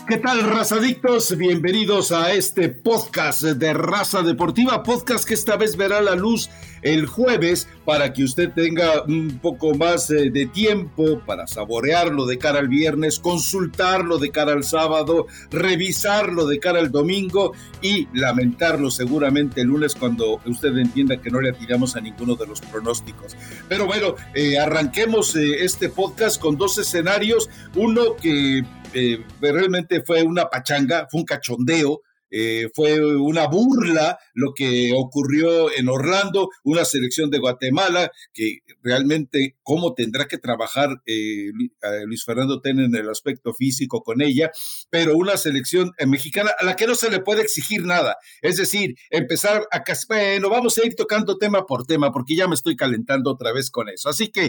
¿Qué tal, razadictos? Bienvenidos a este podcast de Raza Deportiva, podcast que esta vez verá la luz el jueves para que usted tenga un poco más de tiempo para saborearlo de cara al viernes, consultarlo de cara al sábado, revisarlo de cara al domingo y lamentarlo seguramente el lunes cuando usted entienda que no le atinamos a ninguno de los pronósticos. Pero bueno, arranquemos este podcast con dos escenarios, uno que realmente fue una pachanga, fue un cachondeo, fue una burla lo que ocurrió en Orlando, una selección de Guatemala que realmente cómo tendrá que trabajar Luis Fernando Tena en el aspecto físico con ella, pero una selección mexicana a la que no se le puede exigir nada, es decir, empezar a bueno, vamos a ir tocando tema por tema porque ya me estoy calentando otra vez con eso, así que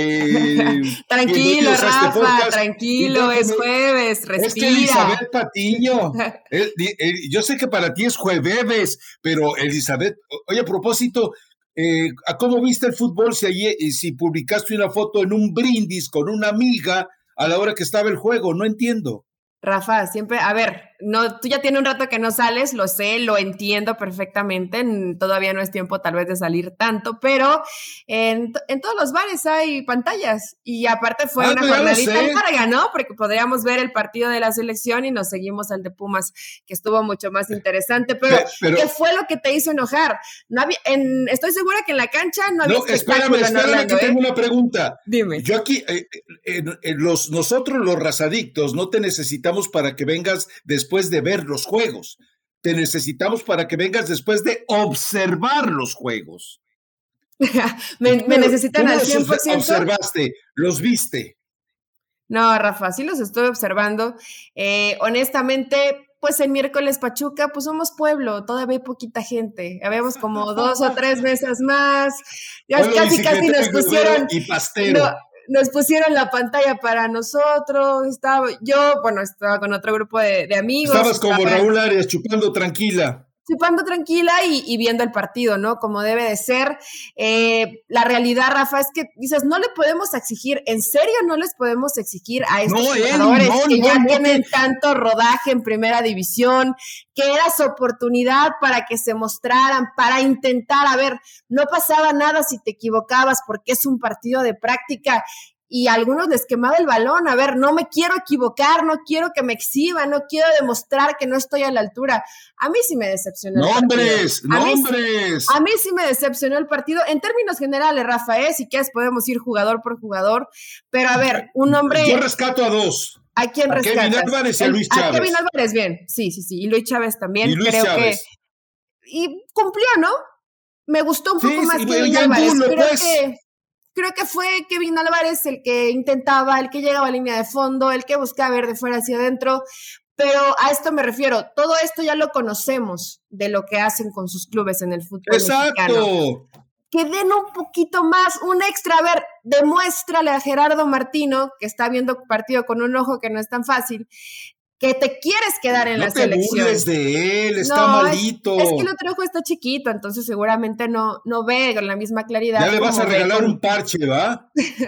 tranquilo Rafa, tranquilo, es jueves, respira. Es que Elizabeth Patiño yo sé que para ti es jueves, pero Elizabeth, oye, a propósito, ¿cómo viste el fútbol si publicaste una foto en un brindis con una amiga a la hora que estaba el juego? No entiendo. Rafa, siempre, a ver, no, tú ya tienes un rato que no sales, lo sé, lo entiendo perfectamente, todavía no es tiempo tal vez de salir tanto, pero en todos los bares hay pantallas y aparte fue una jornadita larga, ¿no? Porque podríamos ver el partido de la selección y nos seguimos al de Pumas, que estuvo mucho más interesante, pero ¿qué fue lo que te hizo enojar? No había, estoy segura que en la cancha no había espectáculo. Espérame, que tengo una pregunta. Dime. Yo aquí, nosotros los razadictos no te necesitamos para que vengas después de ver los juegos. Te necesitamos para que vengas después de observar los juegos. me necesitan al 100%. ¿Los observaste? ¿Los viste? No, Rafa, sí los estoy observando. Honestamente, pues el miércoles Pachuca, pues somos pueblo, todavía hay poquita gente. Habíamos como 2 o 3 mesas más. Ya casi nos pusieron. Y pastero. Nos pusieron la pantalla para nosotros, estaba con otro grupo de amigos. Estabas como Raúl Arias, chupando tranquila y viendo el partido, ¿no? Como debe de ser. La realidad, Rafa, es que dices, no le podemos exigir, en serio no les podemos exigir a estos jugadores que ya tienen tanto rodaje en primera división, que era su oportunidad para que se mostraran, para intentar, a ver, no pasaba nada si te equivocabas porque es un partido de práctica. Y a algunos les quemaba el balón, a ver, no me quiero equivocar, no quiero que me exhiban, no quiero demostrar que no estoy a la altura. A mí sí me decepcionó el partido. A mí sí me decepcionó el partido. En términos generales, Rafa, si quieres podemos ir jugador por jugador, pero a ver, un hombre... Yo rescato a dos. ¿A quién rescatas? A Kevin Álvarez y a Luis Chávez. A Kevin Álvarez, bien, sí, y Luis Chávez también. Y Luis Chávez. Y cumplió, ¿no? Me gustó un poco más Kevin Álvarez. Creo que fue Kevin Álvarez el que intentaba, el que llegaba a línea de fondo, el que buscaba ver de fuera hacia adentro, pero a esto me refiero, todo esto ya lo conocemos de lo que hacen con sus clubes en el fútbol mexicano. Que den un poquito más, un extra, a ver, demuéstrale a Gerardo Martino, que está viendo partido con un ojo que no es tan fácil, que te quieres quedar en la selección. No te burles de él, está malito. Es que el otro ojo está chiquito, entonces seguramente no ve con la misma claridad. Ya le vas a regalar un parche, ¿va?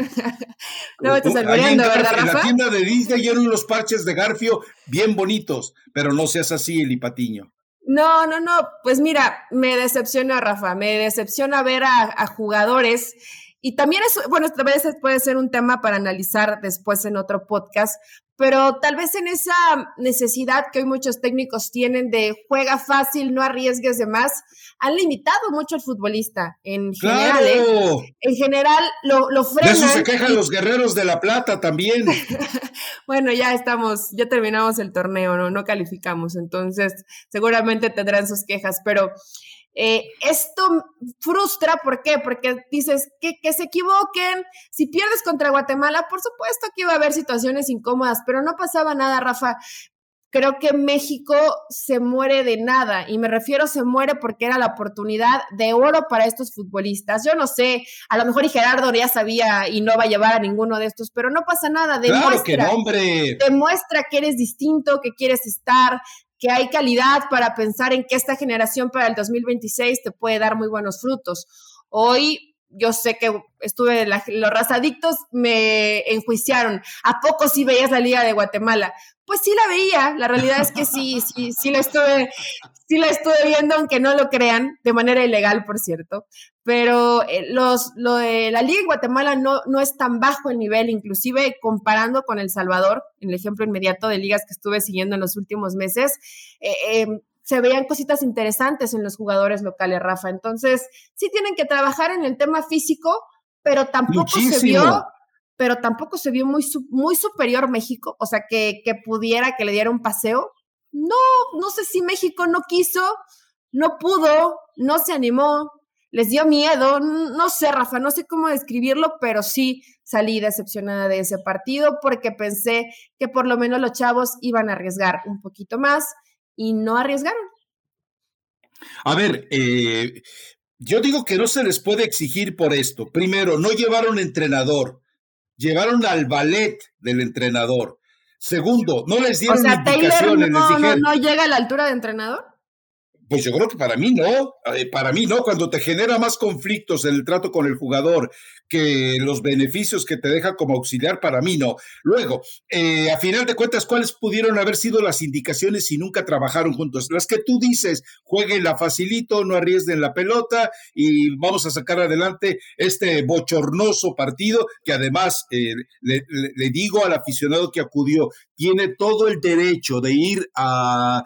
No me estás albureando, ¿verdad, Rafa? En la tienda de Disney llegan unos parches de Garfio bien bonitos, pero no seas así, Eli Patiño. No, pues mira, me decepciona, Rafa, me decepciona ver a jugadores. Y también esta vez puede ser un tema para analizar después en otro podcast, pero tal vez en esa necesidad que hoy muchos técnicos tienen de juega fácil, no arriesgues de más, han limitado mucho al futbolista en general. ¡Claro! En general lo frenan. De eso se quejan los Guerreros de la Plata también. Bueno, ya terminamos el torneo, no calificamos, entonces seguramente tendrán sus quejas, pero esto frustra, ¿por qué? Porque dices que se equivoquen, si pierdes contra Guatemala, por supuesto que iba a haber situaciones incómodas, pero no pasaba nada, Rafa. Creo que México se muere de nada, y me refiero se muere porque era la oportunidad de oro para estos futbolistas. Yo no sé, a lo mejor y Gerardo ya sabía y no va a llevar a ninguno de estos, pero no pasa nada. Claro que no, hombre. Demuestra que eres distinto, que quieres estar, que hay calidad para pensar en que esta generación para el 2026 te puede dar muy buenos frutos. Hoy yo sé que los razadictos me enjuiciaron. ¿A poco sí veías la Liga de Guatemala? Pues sí la veía, la realidad es que sí la estuve viendo, aunque no lo crean, de manera ilegal, por cierto, pero lo de la Liga en Guatemala no es tan bajo el nivel, inclusive comparando con El Salvador, en el ejemplo inmediato de ligas que estuve siguiendo en los últimos meses, se veían cositas interesantes en los jugadores locales, Rafa, entonces sí tienen que trabajar en el tema físico, pero tampoco se vio muy superior México, o sea, que le diera un paseo. No sé si México no quiso, no pudo, no se animó, les dio miedo, no sé, Rafa, no sé cómo describirlo, pero sí salí decepcionada de ese partido porque pensé que por lo menos los chavos iban a arriesgar un poquito más y no arriesgaron. A ver, yo digo que no se les puede exigir por esto. Primero, no llevaron entrenador, llevaron al ballet del entrenador. Segundo, no les dieron indicaciones. Taylor no llega a la altura de entrenador. Pues yo creo que para mí no, cuando te genera más conflictos en el trato con el jugador que los beneficios que te deja como auxiliar, para mí no. Luego, a final de cuentas, ¿cuáles pudieron haber sido las indicaciones si nunca trabajaron juntos? Las que tú dices, jueguenla facilito, no arriesguen la pelota y vamos a sacar adelante este bochornoso partido que además, le digo al aficionado que acudió, tiene todo el derecho de ir a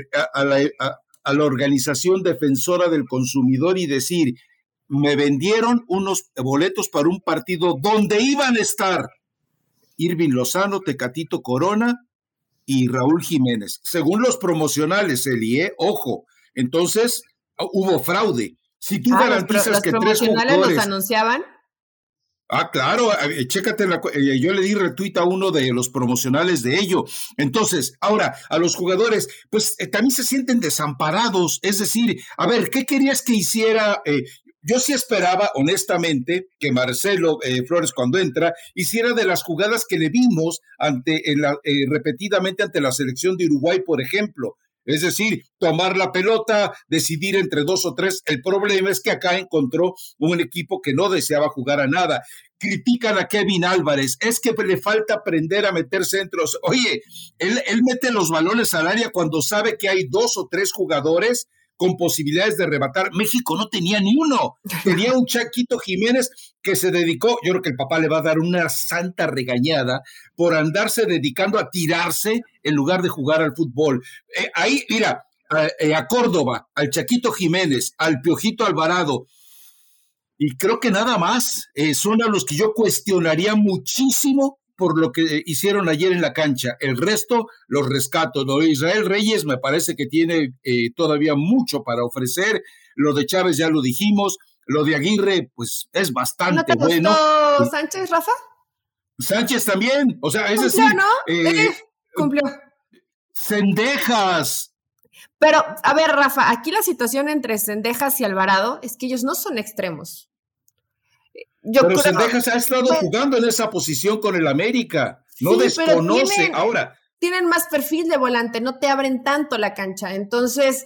la organización defensora del consumidor y decir, me vendieron unos boletos para un partido donde iban a estar Irving Lozano, Tecatito Corona y Raúl Jiménez, según los promocionales, Eli, ojo, entonces hubo fraude. Si tú garantizas que tres jugadores los anunciaban. Claro, chécate, yo le di retweet a uno de los promocionales de ello. Entonces, ahora, a los jugadores, pues también se sienten desamparados, es decir, a ver, ¿qué querías que hiciera? Yo sí esperaba, honestamente, que Marcelo Flores, cuando entra, hiciera de las jugadas que le vimos repetidamente ante la selección de Uruguay, por ejemplo. Es decir, tomar la pelota, decidir entre dos o tres. El problema es que acá encontró un equipo que no deseaba jugar a nada. Critican a Kevin Álvarez, es que le falta aprender a meter centros. Oye, él mete los balones al área cuando sabe que hay dos o tres jugadores con posibilidades de rematar. México no tenía ni uno. Tenía un Chaquito Jiménez que se dedicó, yo creo que el papá le va a dar una santa regañada por andarse dedicando a tirarse en lugar de jugar al fútbol. Ahí, mira, a Córdoba, al Chaquito Jiménez, al Piojito Alvarado, y creo que nada más son a los que yo cuestionaría muchísimo por lo que hicieron ayer en la cancha. El resto los rescato. Lo de Israel Reyes me parece que tiene todavía mucho para ofrecer. Lo de Chávez ya lo dijimos. Lo de Aguirre, pues es bastante ¿No te bueno. gustó Sánchez, Rafa? Sánchez también. O sea, es decir, ¿no? Cumplió. Cendejas. Pero, a ver, Rafa, aquí la situación entre Cendejas y Alvarado es que ellos no son extremos. Pero Cendejas ha estado jugando en esa posición con el América, no desconoce ahora. Tienen más perfil de volante, no te abren tanto la cancha. Entonces,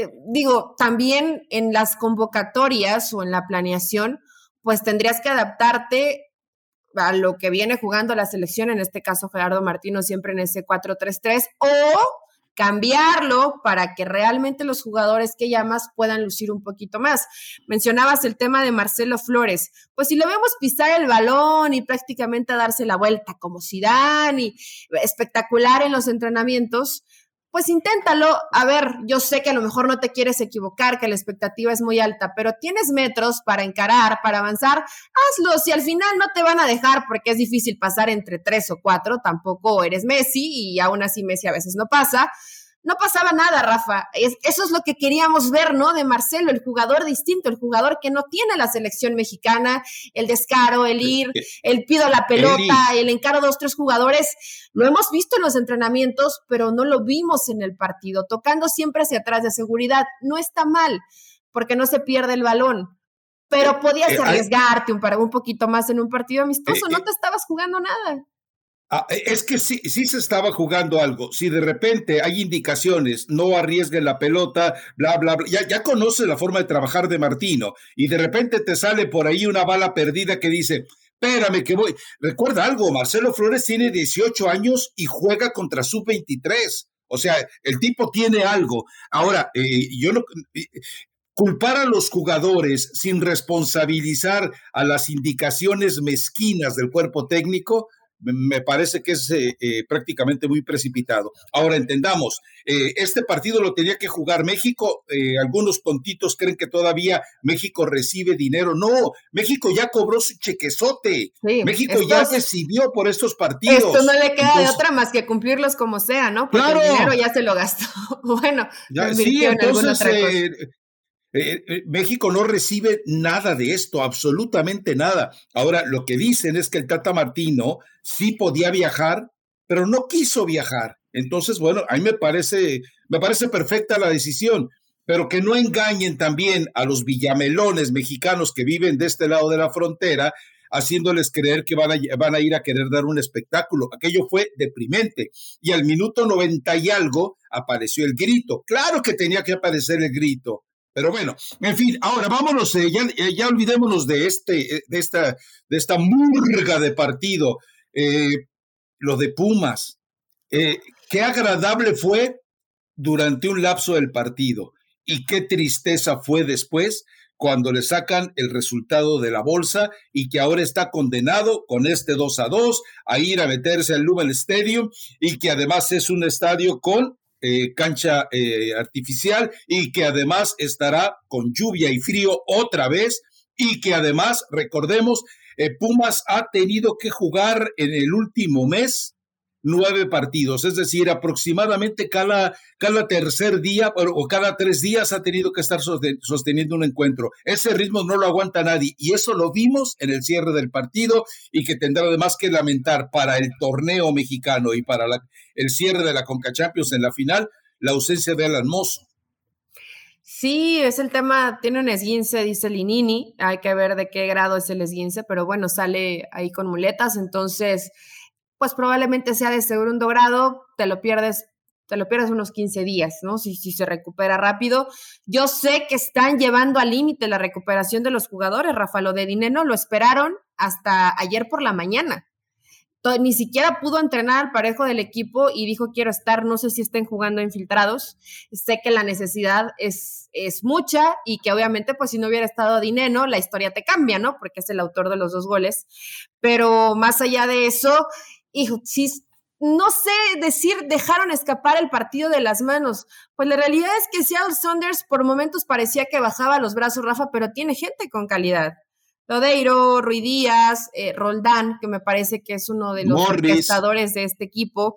también en las convocatorias o en la planeación, pues tendrías que adaptarte a lo que viene jugando la selección, en este caso Gerardo Martino, siempre en ese 4-3-3, o cambiarlo para que realmente los jugadores que llamas puedan lucir un poquito más. Mencionabas el tema de Marcelo Flores, pues si lo vemos pisar el balón y prácticamente darse la vuelta como Zidane y espectacular en los entrenamientos, pues inténtalo. A ver, yo sé que a lo mejor no te quieres equivocar, que la expectativa es muy alta, pero tienes metros para encarar, para avanzar, hazlo. Si al final no te van a dejar porque es difícil pasar entre 3 o 4, tampoco eres Messi y aún así Messi a veces no pasa. No pasaba nada, Rafa. Eso es lo que queríamos ver, ¿no? De Marcelo, el jugador distinto, el jugador que no tiene la selección mexicana, el descaro, el ir, el pido la pelota, el encaro 2, 3 jugadores. Lo hemos visto en los entrenamientos, pero no lo vimos en el partido, tocando siempre hacia atrás de seguridad. No está mal, porque no se pierde el balón, pero podías arriesgarte un poquito más en un partido amistoso, no te estabas jugando nada. Es que sí se estaba jugando algo. Si de repente hay indicaciones, no arriesguen la pelota, bla, bla, bla. Ya conoces la forma de trabajar de Martino y de repente te sale por ahí una bala perdida que dice, espérame que voy. Recuerda algo, Marcelo Flores tiene 18 años y juega contra sub-23. O sea, el tipo tiene algo. Ahora, yo no... Culpar a los jugadores sin responsabilizar a las indicaciones mezquinas del cuerpo técnico me parece que es prácticamente muy precipitado. Ahora entendamos, este partido lo tenía que jugar México, algunos tontitos creen que todavía México recibe dinero, no, México ya cobró su chequezote, sí, México ya recibió por estos partidos. Esto no le queda de otra más que cumplirlos como sea, ¿no? Porque claro, el dinero ya se lo gastó, bueno, ya, sí, entonces México no recibe nada de esto, absolutamente nada. Ahora, lo que dicen es que el Tata Martino sí podía viajar, pero no quiso viajar. Entonces, bueno, a mí me parece perfecta la decisión, pero que no engañen también a los villamelones mexicanos que viven de este lado de la frontera, haciéndoles creer que van a ir a querer dar un espectáculo. Aquello fue deprimente. Y al minuto 90 y algo apareció el grito. Claro que tenía que aparecer el grito. Pero bueno, en fin, ahora vámonos, ya olvidémonos de esta murga de partido, lo de Pumas. Qué agradable fue durante un lapso del partido y qué tristeza fue después cuando le sacan el resultado de la bolsa y que ahora está condenado con este 2-2 a ir a meterse al Lumen Stadium y que además es un estadio con cancha artificial y que además estará con lluvia y frío otra vez y que además, recordemos, Pumas ha tenido que jugar en el último mes 9 partidos, es decir, aproximadamente cada tercer día o cada 3 días ha tenido que estar sosteniendo un encuentro. Ese ritmo no lo aguanta nadie y eso lo vimos en el cierre del partido y que tendrá además que lamentar para el torneo mexicano y para el cierre de la Conca Champions en la final, la ausencia de Alan Mozo. Sí, es el tema, tiene un esguince, dice Linini, hay que ver de qué grado es el esguince, pero bueno, sale ahí con muletas, entonces pues probablemente sea de segundo grado, te lo pierdes unos 15 días, ¿no? Si se recupera rápido. Yo sé que están llevando al límite la recuperación de los jugadores, Rafa, lo de Dineno lo esperaron hasta ayer por la mañana. Ni siquiera pudo entrenar al parejo del equipo y dijo quiero estar, no sé si estén jugando infiltrados, sé que la necesidad es mucha y que obviamente pues si no hubiera estado Dineno la historia te cambia, ¿no? Porque es el autor de los 2 goles, pero más allá de eso, hijo, sí, no sé decir dejaron escapar el partido de las manos, pues la realidad es que Seattle Sounders por momentos parecía que bajaba los brazos, Rafa, pero tiene gente con calidad. Lodeiro, Rui Díaz, Roldán, que me parece que es uno de los orquestadores de este equipo,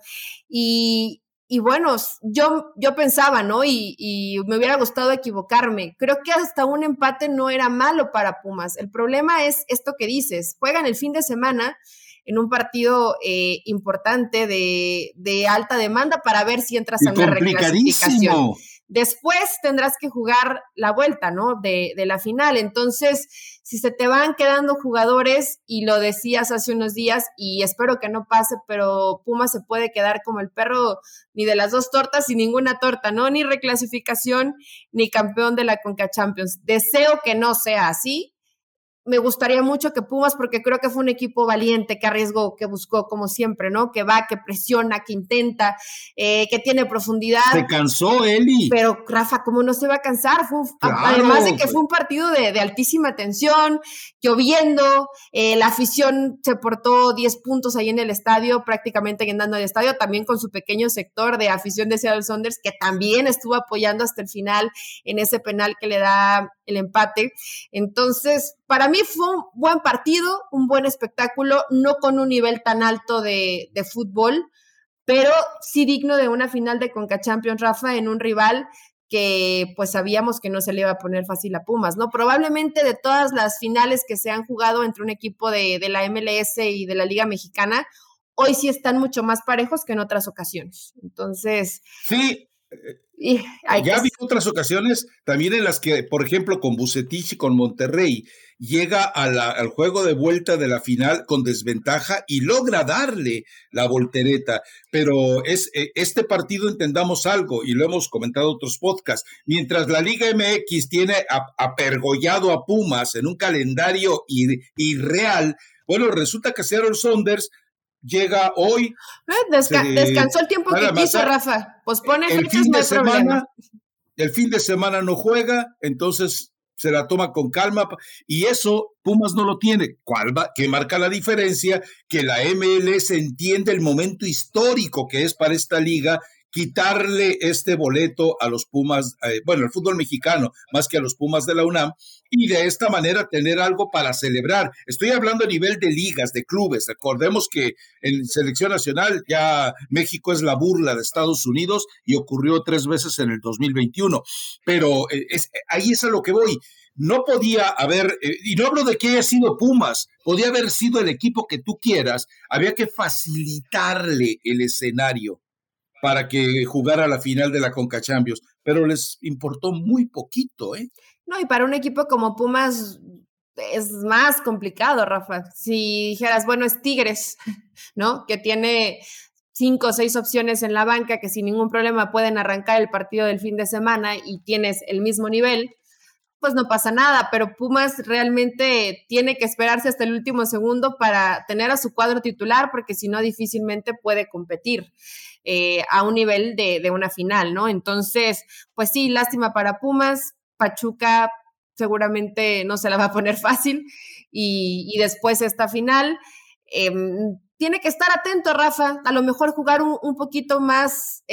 y bueno, yo pensaba, ¿no? Y me hubiera gustado equivocarme. Creo que hasta un empate no era malo para Pumas. El problema es esto que dices, juegan el fin de semana en un partido importante de alta demanda para ver si entras a una reclasificación. Después tendrás que jugar la vuelta, ¿no? De la final. Entonces, si se te van quedando jugadores, y lo decías hace unos días, y espero que no pase, pero Pumas se puede quedar como el perro ni de las 2 tortas y ninguna torta, ¿no? Ni reclasificación, ni campeón de la Conca Champions. Deseo que no sea así. Me gustaría mucho que Pumas, porque creo que fue un equipo valiente, que arriesgó, que buscó como siempre, ¿no? Que va, que presiona, que intenta, que tiene profundidad. Se cansó, Eli. Pero, Rafa, ¿cómo no se va a cansar? Claro. Además de que fue un partido de altísima tensión, lloviendo, la afición se portó 10 puntos ahí en el estadio, prácticamente llenando el estadio, también con su pequeño sector de afición de Seattle Sounders, que también estuvo apoyando hasta el final en ese penal que le da el empate. Entonces, para mí fue un buen partido, un buen espectáculo, no con un nivel tan alto de fútbol, pero sí digno de una final de Conca Champions, Rafa, en un rival que pues sabíamos que no se le iba a poner fácil a Pumas, ¿no? Probablemente de todas las finales que se han jugado entre un equipo de la MLS y de la Liga Mexicana, hoy sí están mucho más parejos que en otras ocasiones. Entonces... Sí, Ya vi otras ocasiones también en las que, por ejemplo, con Vucetich y con Monterrey, llega al juego de vuelta de la final con desventaja y logra darle la voltereta. Pero este partido, entendamos algo, y lo hemos comentado en otros podcasts, mientras la Liga MX tiene apergollado a Pumas en un calendario irreal, bueno, resulta que Seattle Sounders llega hoy. Descansó el tiempo que quiso, Rafa. Pospone fechas, no hay problema. El fin de semana no juega, entonces se la toma con calma, y eso Pumas no lo tiene. ¿Qué marca la diferencia? Que la MLS entiende el momento histórico que es para esta liga, quitarle este boleto a los Pumas, al fútbol mexicano, más que a los Pumas de la UNAM, y de esta manera tener algo para celebrar. Estoy hablando a nivel de ligas, de clubes. Recordemos que en selección nacional ya México es la burla de Estados Unidos y ocurrió 3 veces en el 2021. Pero ahí es a lo que voy. No podía haber, y no hablo de que haya sido Pumas, podía haber sido el equipo que tú quieras, había que facilitarle el escenario para que jugara la final de la Conca Champions, pero les importó muy poquito, ¿eh? No, y para un equipo como Pumas es más complicado, Rafa. Si dijeras, bueno, es Tigres, ¿no? Que tiene 5 o 6 opciones en la banca que sin ningún problema pueden arrancar el partido del fin de semana y tienes el mismo nivel, pues no pasa nada, pero Pumas realmente tiene que esperarse hasta el último segundo para tener a su cuadro titular, porque si no difícilmente puede competir a un nivel de una final, ¿no? Entonces, pues sí, lástima para Pumas. Pachuca seguramente no se la va a poner fácil y después esta final tiene que estar atento, Rafa, a lo mejor jugar un poquito más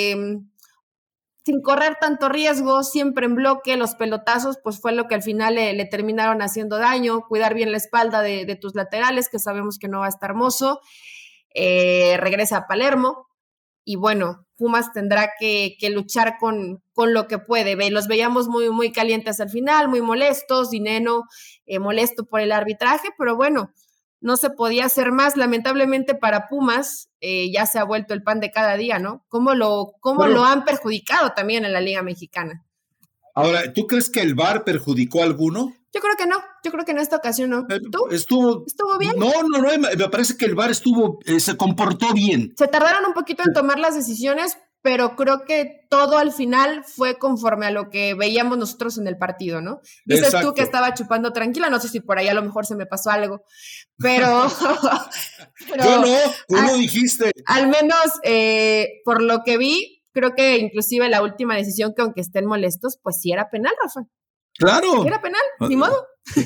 sin correr tanto riesgo, siempre en bloque. Los pelotazos pues fue lo que al final le terminaron haciendo daño. Cuidar bien la espalda de tus laterales, que sabemos que no va a estar Mozo. Regresa a Palermo y bueno, Pumas tendrá que luchar con lo que puede. Los veíamos muy, muy calientes al final, muy molestos, Dineno molesto por el arbitraje, pero bueno, no se podía hacer más. Lamentablemente para Pumas ya se ha vuelto el pan de cada día, ¿no? ¿Cómo lo han perjudicado también en la Liga Mexicana? Ahora, ¿tú crees que el VAR perjudicó a alguno? Yo creo que en esta ocasión no. ¿Tú? ¿Estuvo bien? No, me parece que el VAR se comportó bien. Se tardaron un poquito en tomar las decisiones, pero creo que todo al final fue conforme a lo que veíamos nosotros en el partido, ¿no? Dices Exacto. Tú que estaba chupando tranquila, no sé si por ahí a lo mejor se me pasó algo, pero yo no, tú lo dijiste. Al menos por lo que vi, creo que inclusive la última decisión, que aunque estén molestos, pues sí era penal, Rafa. Claro. Era penal, ni modo.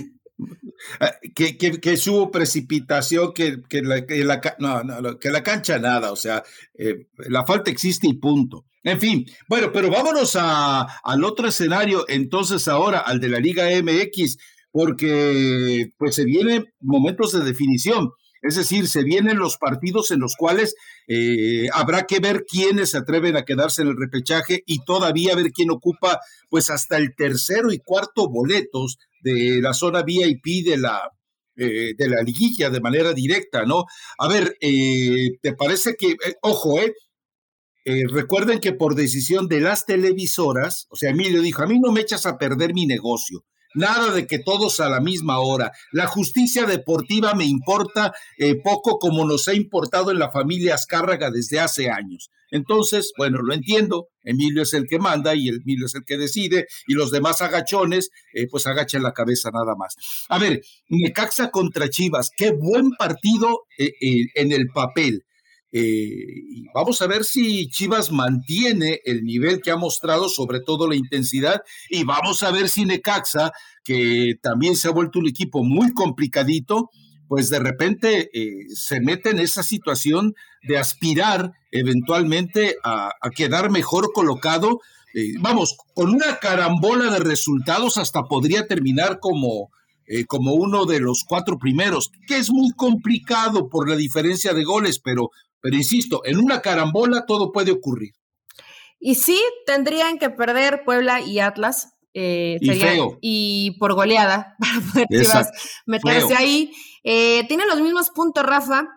Que hubo precipitación, que la cancha nada, o sea, la falta existe y punto. En fin, bueno, pero vámonos al otro escenario, entonces ahora, al de la Liga MX, porque pues se vienen momentos de definición. Es decir, se vienen los partidos en los cuales habrá que ver quiénes se atreven a quedarse en el repechaje y todavía ver quién ocupa pues hasta el tercero y cuarto boletos de la zona VIP de la liguilla de manera directa, ¿no? A ver, ¿te parece que, recuerden que por decisión de las televisoras, o sea, Emilio dijo, a mí no me echas a perder mi negocio. Nada de que todos a la misma hora. La justicia deportiva me importa poco, como nos ha importado en la familia Azcárraga desde hace años. Entonces, bueno, lo entiendo. Emilio es el que manda y Emilio es el que decide, y los demás agachones, pues agachan la cabeza nada más. A ver, Necaxa contra Chivas. Qué buen partido en el papel. Y vamos a ver si Chivas mantiene el nivel que ha mostrado, sobre todo la intensidad, y vamos a ver si Necaxa, que también se ha vuelto un equipo muy complicadito, pues de repente se mete en esa situación de aspirar eventualmente a quedar mejor colocado. Vamos, con una carambola de resultados hasta podría terminar como uno de los 4 primeros, que es muy complicado por la diferencia de goles, pero insisto, en una carambola todo puede ocurrir. Y sí, tendrían que perder Puebla y Atlas. Y por goleada, para poder Chivas meterse feo. Ahí. Tienen los mismos puntos, Rafa.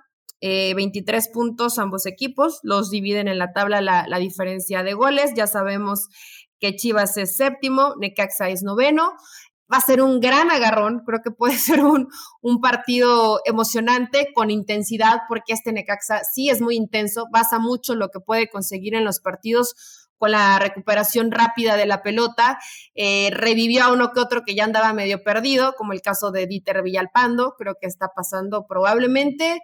23 puntos ambos equipos, los dividen en la tabla la diferencia de goles, ya sabemos que Chivas es séptimo, Necaxa es noveno. Va a ser un gran agarrón, creo que puede ser un partido emocionante, con intensidad, porque este Necaxa sí es muy intenso, basa mucho lo que puede conseguir en los partidos con la recuperación rápida de la pelota, revivió a uno que otro que ya andaba medio perdido, como el caso de Dieter Villalpando, creo que está pasando probablemente,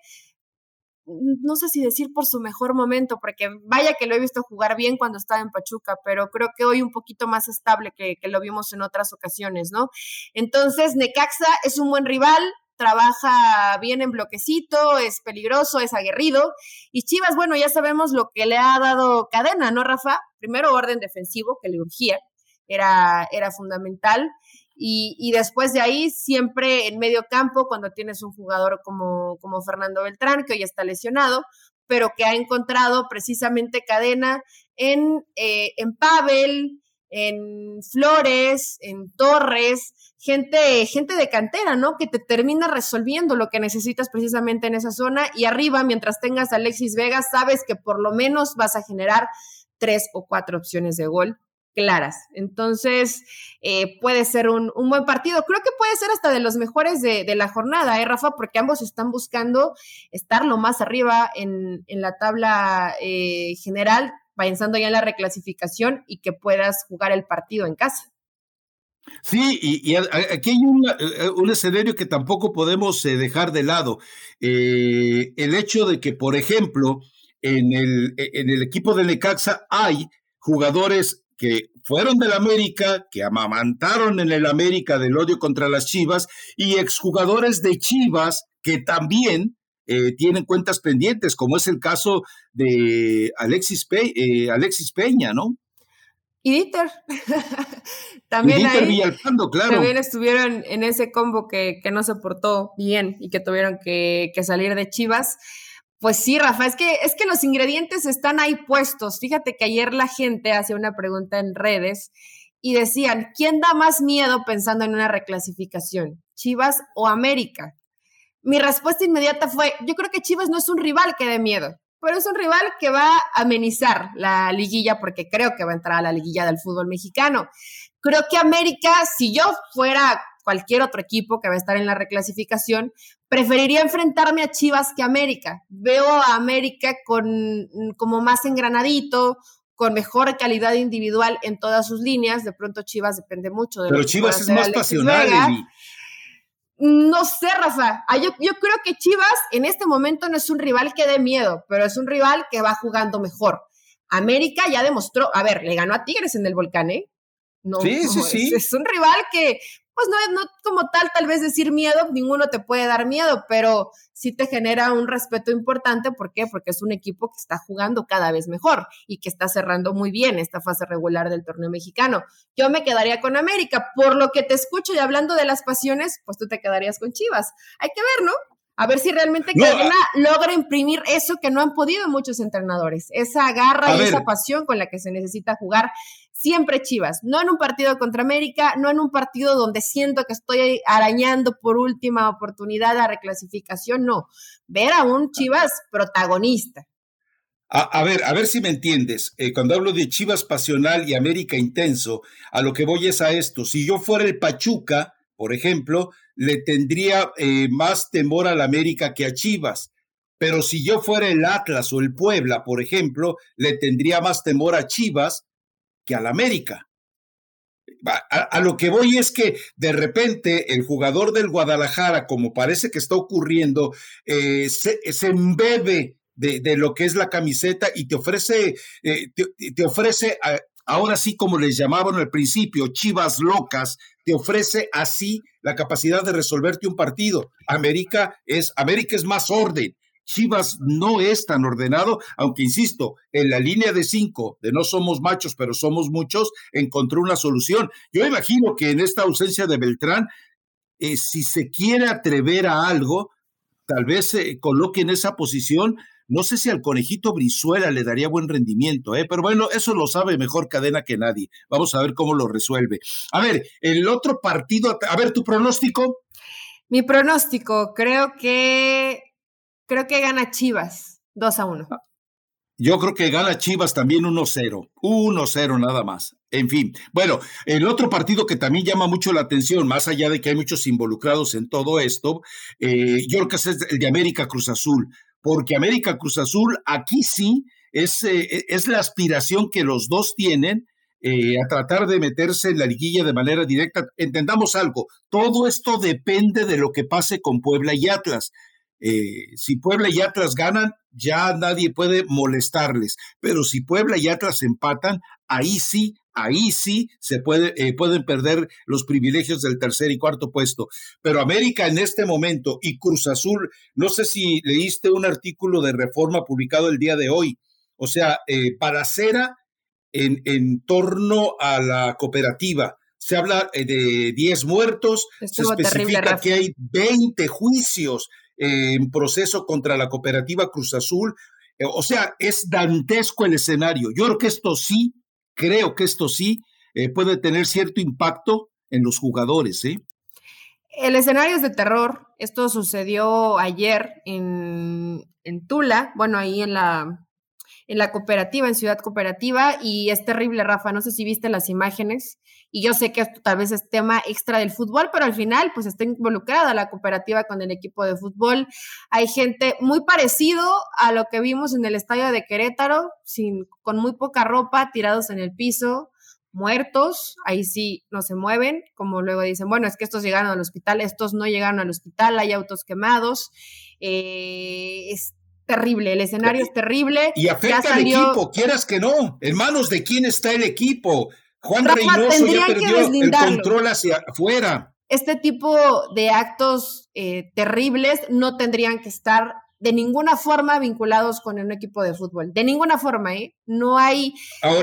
no sé si decir por su mejor momento, porque vaya que lo he visto jugar bien cuando estaba en Pachuca, pero creo que hoy un poquito más estable que lo vimos en otras ocasiones, ¿no? Entonces, Necaxa es un buen rival, trabaja bien en bloquecito, es peligroso, es aguerrido, y Chivas, bueno, ya sabemos lo que le ha dado Cadena, ¿no, Rafa? Primero orden defensivo, que le urgía, era fundamental, y después de ahí siempre en medio campo, cuando tienes un jugador como Fernando Beltrán, que hoy está lesionado, pero que ha encontrado precisamente Cadena en Pavel, en Flores, en Torres, gente de cantera, ¿no? Que te termina resolviendo lo que necesitas precisamente en esa zona, y arriba, mientras tengas a Alexis Vega, sabes que por lo menos vas a generar 3 o 4 opciones de gol claras. Entonces, puede ser un buen partido. Creo que puede ser hasta de los mejores de la jornada, Rafa, porque ambos están buscando estar lo más arriba en la tabla general, pensando ya en la reclasificación y que puedas jugar el partido en casa. Sí, y aquí hay un escenario que tampoco podemos dejar de lado. El hecho de que, por ejemplo, en el equipo de Necaxa hay jugadores que fueron del América, que amamantaron en el América del odio contra las Chivas, y exjugadores de Chivas que también tienen cuentas pendientes, como es el caso de Alexis Peña, ¿no? Y Dieter. También Dieter ahí Villalpando, claro. También estuvieron en ese combo que no se portó bien y que tuvieron que salir de Chivas. Pues sí, Rafa, es que los ingredientes están ahí puestos. Fíjate que ayer la gente hacía una pregunta en redes y decían, ¿quién da más miedo pensando en una reclasificación? ¿Chivas o América? Mi respuesta inmediata fue, yo creo que Chivas no es un rival que dé miedo, pero es un rival que va a amenizar la liguilla, porque creo que va a entrar a la liguilla del fútbol mexicano. Creo que América, si yo fuera cualquier otro equipo que va a estar en la reclasificación, preferiría enfrentarme a Chivas que a América. Veo a América como más engranadito, con mejor calidad individual en todas sus líneas. De pronto Chivas depende mucho de Pero Chivas es más Alexis pasional, Vega. Eli. No sé, Rafa. Yo creo que Chivas en este momento no es un rival que dé miedo, pero es un rival que va jugando mejor. América ya demostró, a ver, le ganó a Tigres en el Volcán, ¿eh? No, sí. Es un rival que, pues no como tal vez decir miedo, ninguno te puede dar miedo, pero sí te genera un respeto importante. ¿Por qué? Porque es un equipo que está jugando cada vez mejor y que está cerrando muy bien esta fase regular del torneo mexicano. Yo me quedaría con América. Por lo que te escucho y hablando de las pasiones, pues tú te quedarías con Chivas. Hay que ver, ¿no? A ver si realmente Cadena logra imprimir eso que no han podido muchos entrenadores, esa garra y esa pasión con la que se necesita jugar siempre Chivas, no en un partido contra América, no en un partido donde siento que estoy arañando por última oportunidad la reclasificación, no, ver a un Chivas protagonista. A ver si me entiendes. Cuando hablo de Chivas pasional y América intenso, a lo que voy es a esto. Si yo fuera el Pachuca, por ejemplo, le tendría más temor al América que a Chivas. Pero si yo fuera el Atlas o el Puebla, por ejemplo, le tendría más temor a Chivas que al América. A lo que voy es que de repente el jugador del Guadalajara, como parece que está ocurriendo, se embebe de lo que es la camiseta y te ofrece, ahora sí como les llamaban al principio, Chivas locas, te ofrece así la capacidad de resolverte un partido. América es más orden. Chivas no es tan ordenado, aunque insisto, en la línea de 5 de no somos machos, pero somos muchos, encontró una solución. Yo imagino que en esta ausencia de Beltrán, si se quiere atrever a algo, tal vez se coloque en esa posición. No sé si al Conejito Brizuela le daría buen rendimiento, pero bueno, eso lo sabe mejor Cadena que nadie. Vamos a ver cómo lo resuelve. A ver, el otro partido, a ver, ¿tu pronóstico? Mi pronóstico, creo que Creo que gana Chivas 2-1. Yo creo que gana Chivas también 1-0, 1-0 nada más. En fin, bueno, el otro partido que también llama mucho la atención, más allá de que hay muchos involucrados en todo esto, yo creo que es el de América Cruz Azul, porque América Cruz Azul aquí sí es la aspiración que los dos tienen a tratar de meterse en la liguilla de manera directa. Entendamos algo, todo esto depende de lo que pase con Puebla y Atlas. Si Puebla y Atlas ganan, ya nadie puede molestarles, pero si Puebla y Atlas empatan, ahí sí pueden perder los privilegios del tercer y cuarto puesto. Pero América en este momento y Cruz Azul, no sé si leíste un artículo de Reforma publicado el día de hoy, o sea, balacera en torno a la cooperativa. Se habla de 10 muertos, Estuvo se especifica terrible, que hay 20 juicios en proceso contra la cooperativa Cruz Azul. O sea, es dantesco el escenario. Yo creo que esto sí puede tener cierto impacto en los jugadores. El escenario es de terror. Esto sucedió ayer en Tula, bueno, ahí en la cooperativa, en Ciudad Cooperativa, y es terrible, Rafa, no sé si viste las imágenes, y yo sé que esto tal vez es tema extra del fútbol, pero al final pues está involucrada la cooperativa con el equipo de fútbol. Hay gente muy parecido a lo que vimos en el estadio de Querétaro, con muy poca ropa, tirados en el piso, muertos, ahí sí no se mueven, como luego dicen, bueno, es que estos llegaron al hospital, estos no llegaron al hospital, hay autos quemados, es terrible, el escenario es terrible. Y afecta al equipo, quieras que no. ¿En manos de quién está el equipo? Juan Reynoso ya perdió el control hacia afuera. Este tipo de actos terribles no tendrían que estar de ninguna forma vinculados con un equipo de fútbol. De ninguna forma, ¿eh? No hay...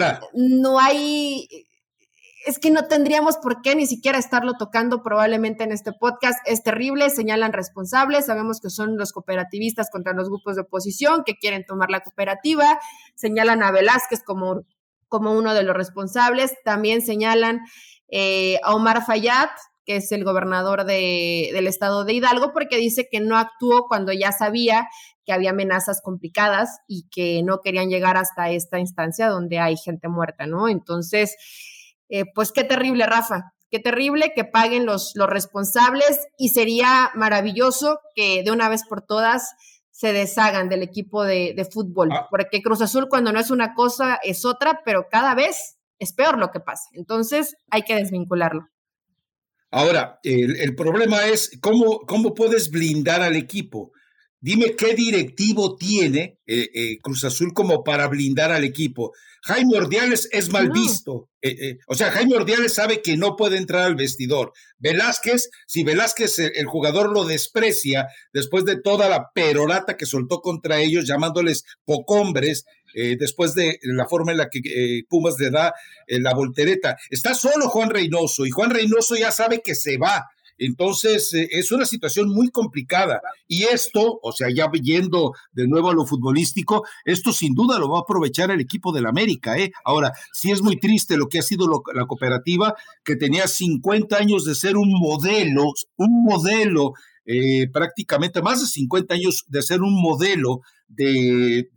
Es que no tendríamos por qué ni siquiera estarlo tocando probablemente en este podcast. Es terrible, señalan responsables, sabemos que son los cooperativistas contra los grupos de oposición que quieren tomar la cooperativa, señalan a Velázquez como uno de los responsables, también señalan a Omar Fayad, que es el gobernador del estado de Hidalgo, porque dice que no actuó cuando ya sabía que había amenazas complicadas y que no querían llegar hasta esta instancia donde hay gente muerta, ¿no? Entonces... pues qué terrible, Rafa, qué terrible que paguen los responsables y sería maravilloso que de una vez por todas se deshagan del equipo de fútbol, porque Cruz Azul cuando no es una cosa es otra, pero cada vez es peor lo que pasa, entonces hay que desvincularlo. Ahora, el problema es cómo puedes blindar al equipo. Dime qué directivo tiene Cruz Azul como para blindar al equipo. Jaime Ordiales es mal visto. O sea, Jaime Ordiales sabe que no puede entrar al vestidor. Velázquez, si Velázquez, el jugador lo desprecia después de toda la perorata que soltó contra ellos, llamándoles pocombres, después de la forma en la que Pumas le da la voltereta. Está solo Juan Reynoso y Juan Reynoso ya sabe que se va. Entonces, es una situación muy complicada. Y esto, o sea, ya yendo de nuevo a lo futbolístico, esto sin duda lo va a aprovechar el equipo del América. Ahora, sí es muy triste lo que ha sido la cooperativa, que tenía 50 años de ser un modelo, prácticamente más de 50 años de ser un modelo de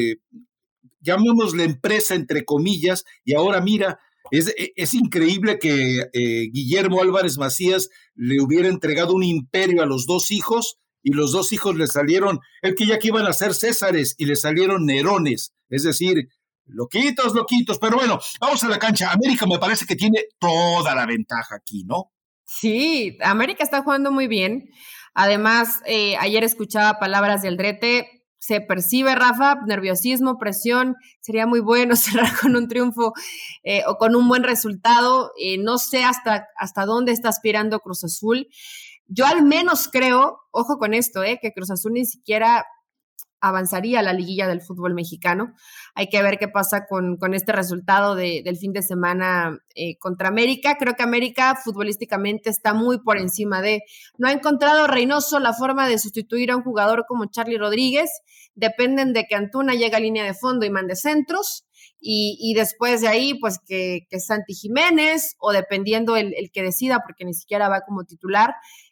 llamémosle empresa entre comillas, y ahora mira, es increíble que Guillermo Álvarez Macías le hubiera entregado un imperio a los dos hijos y los dos hijos le salieron, el que ya que iban a ser Césares y le salieron Nerones, es decir, loquitos, pero bueno, vamos a la cancha. América me parece que tiene toda la ventaja aquí, ¿no? Sí, América está jugando muy bien. Además, ayer escuchaba palabras de Aldrete. Se percibe, Rafa, nerviosismo, presión, sería muy bueno cerrar con un triunfo o con un buen resultado. No sé hasta dónde está aspirando Cruz Azul. Yo al menos creo, ojo con esto, que Cruz Azul ni siquiera avanzaría a la liguilla del fútbol mexicano. Hay que ver qué pasa con este resultado del fin de semana contra América. Creo que América futbolísticamente está muy por encima no ha encontrado Reynoso la forma de sustituir a un jugador como Charly Rodríguez. Dependen de que Antuna llegue a línea de fondo y mande centros. Y después de ahí, pues que Santi Jiménez, o dependiendo el que decida, porque ni siquiera va como titular,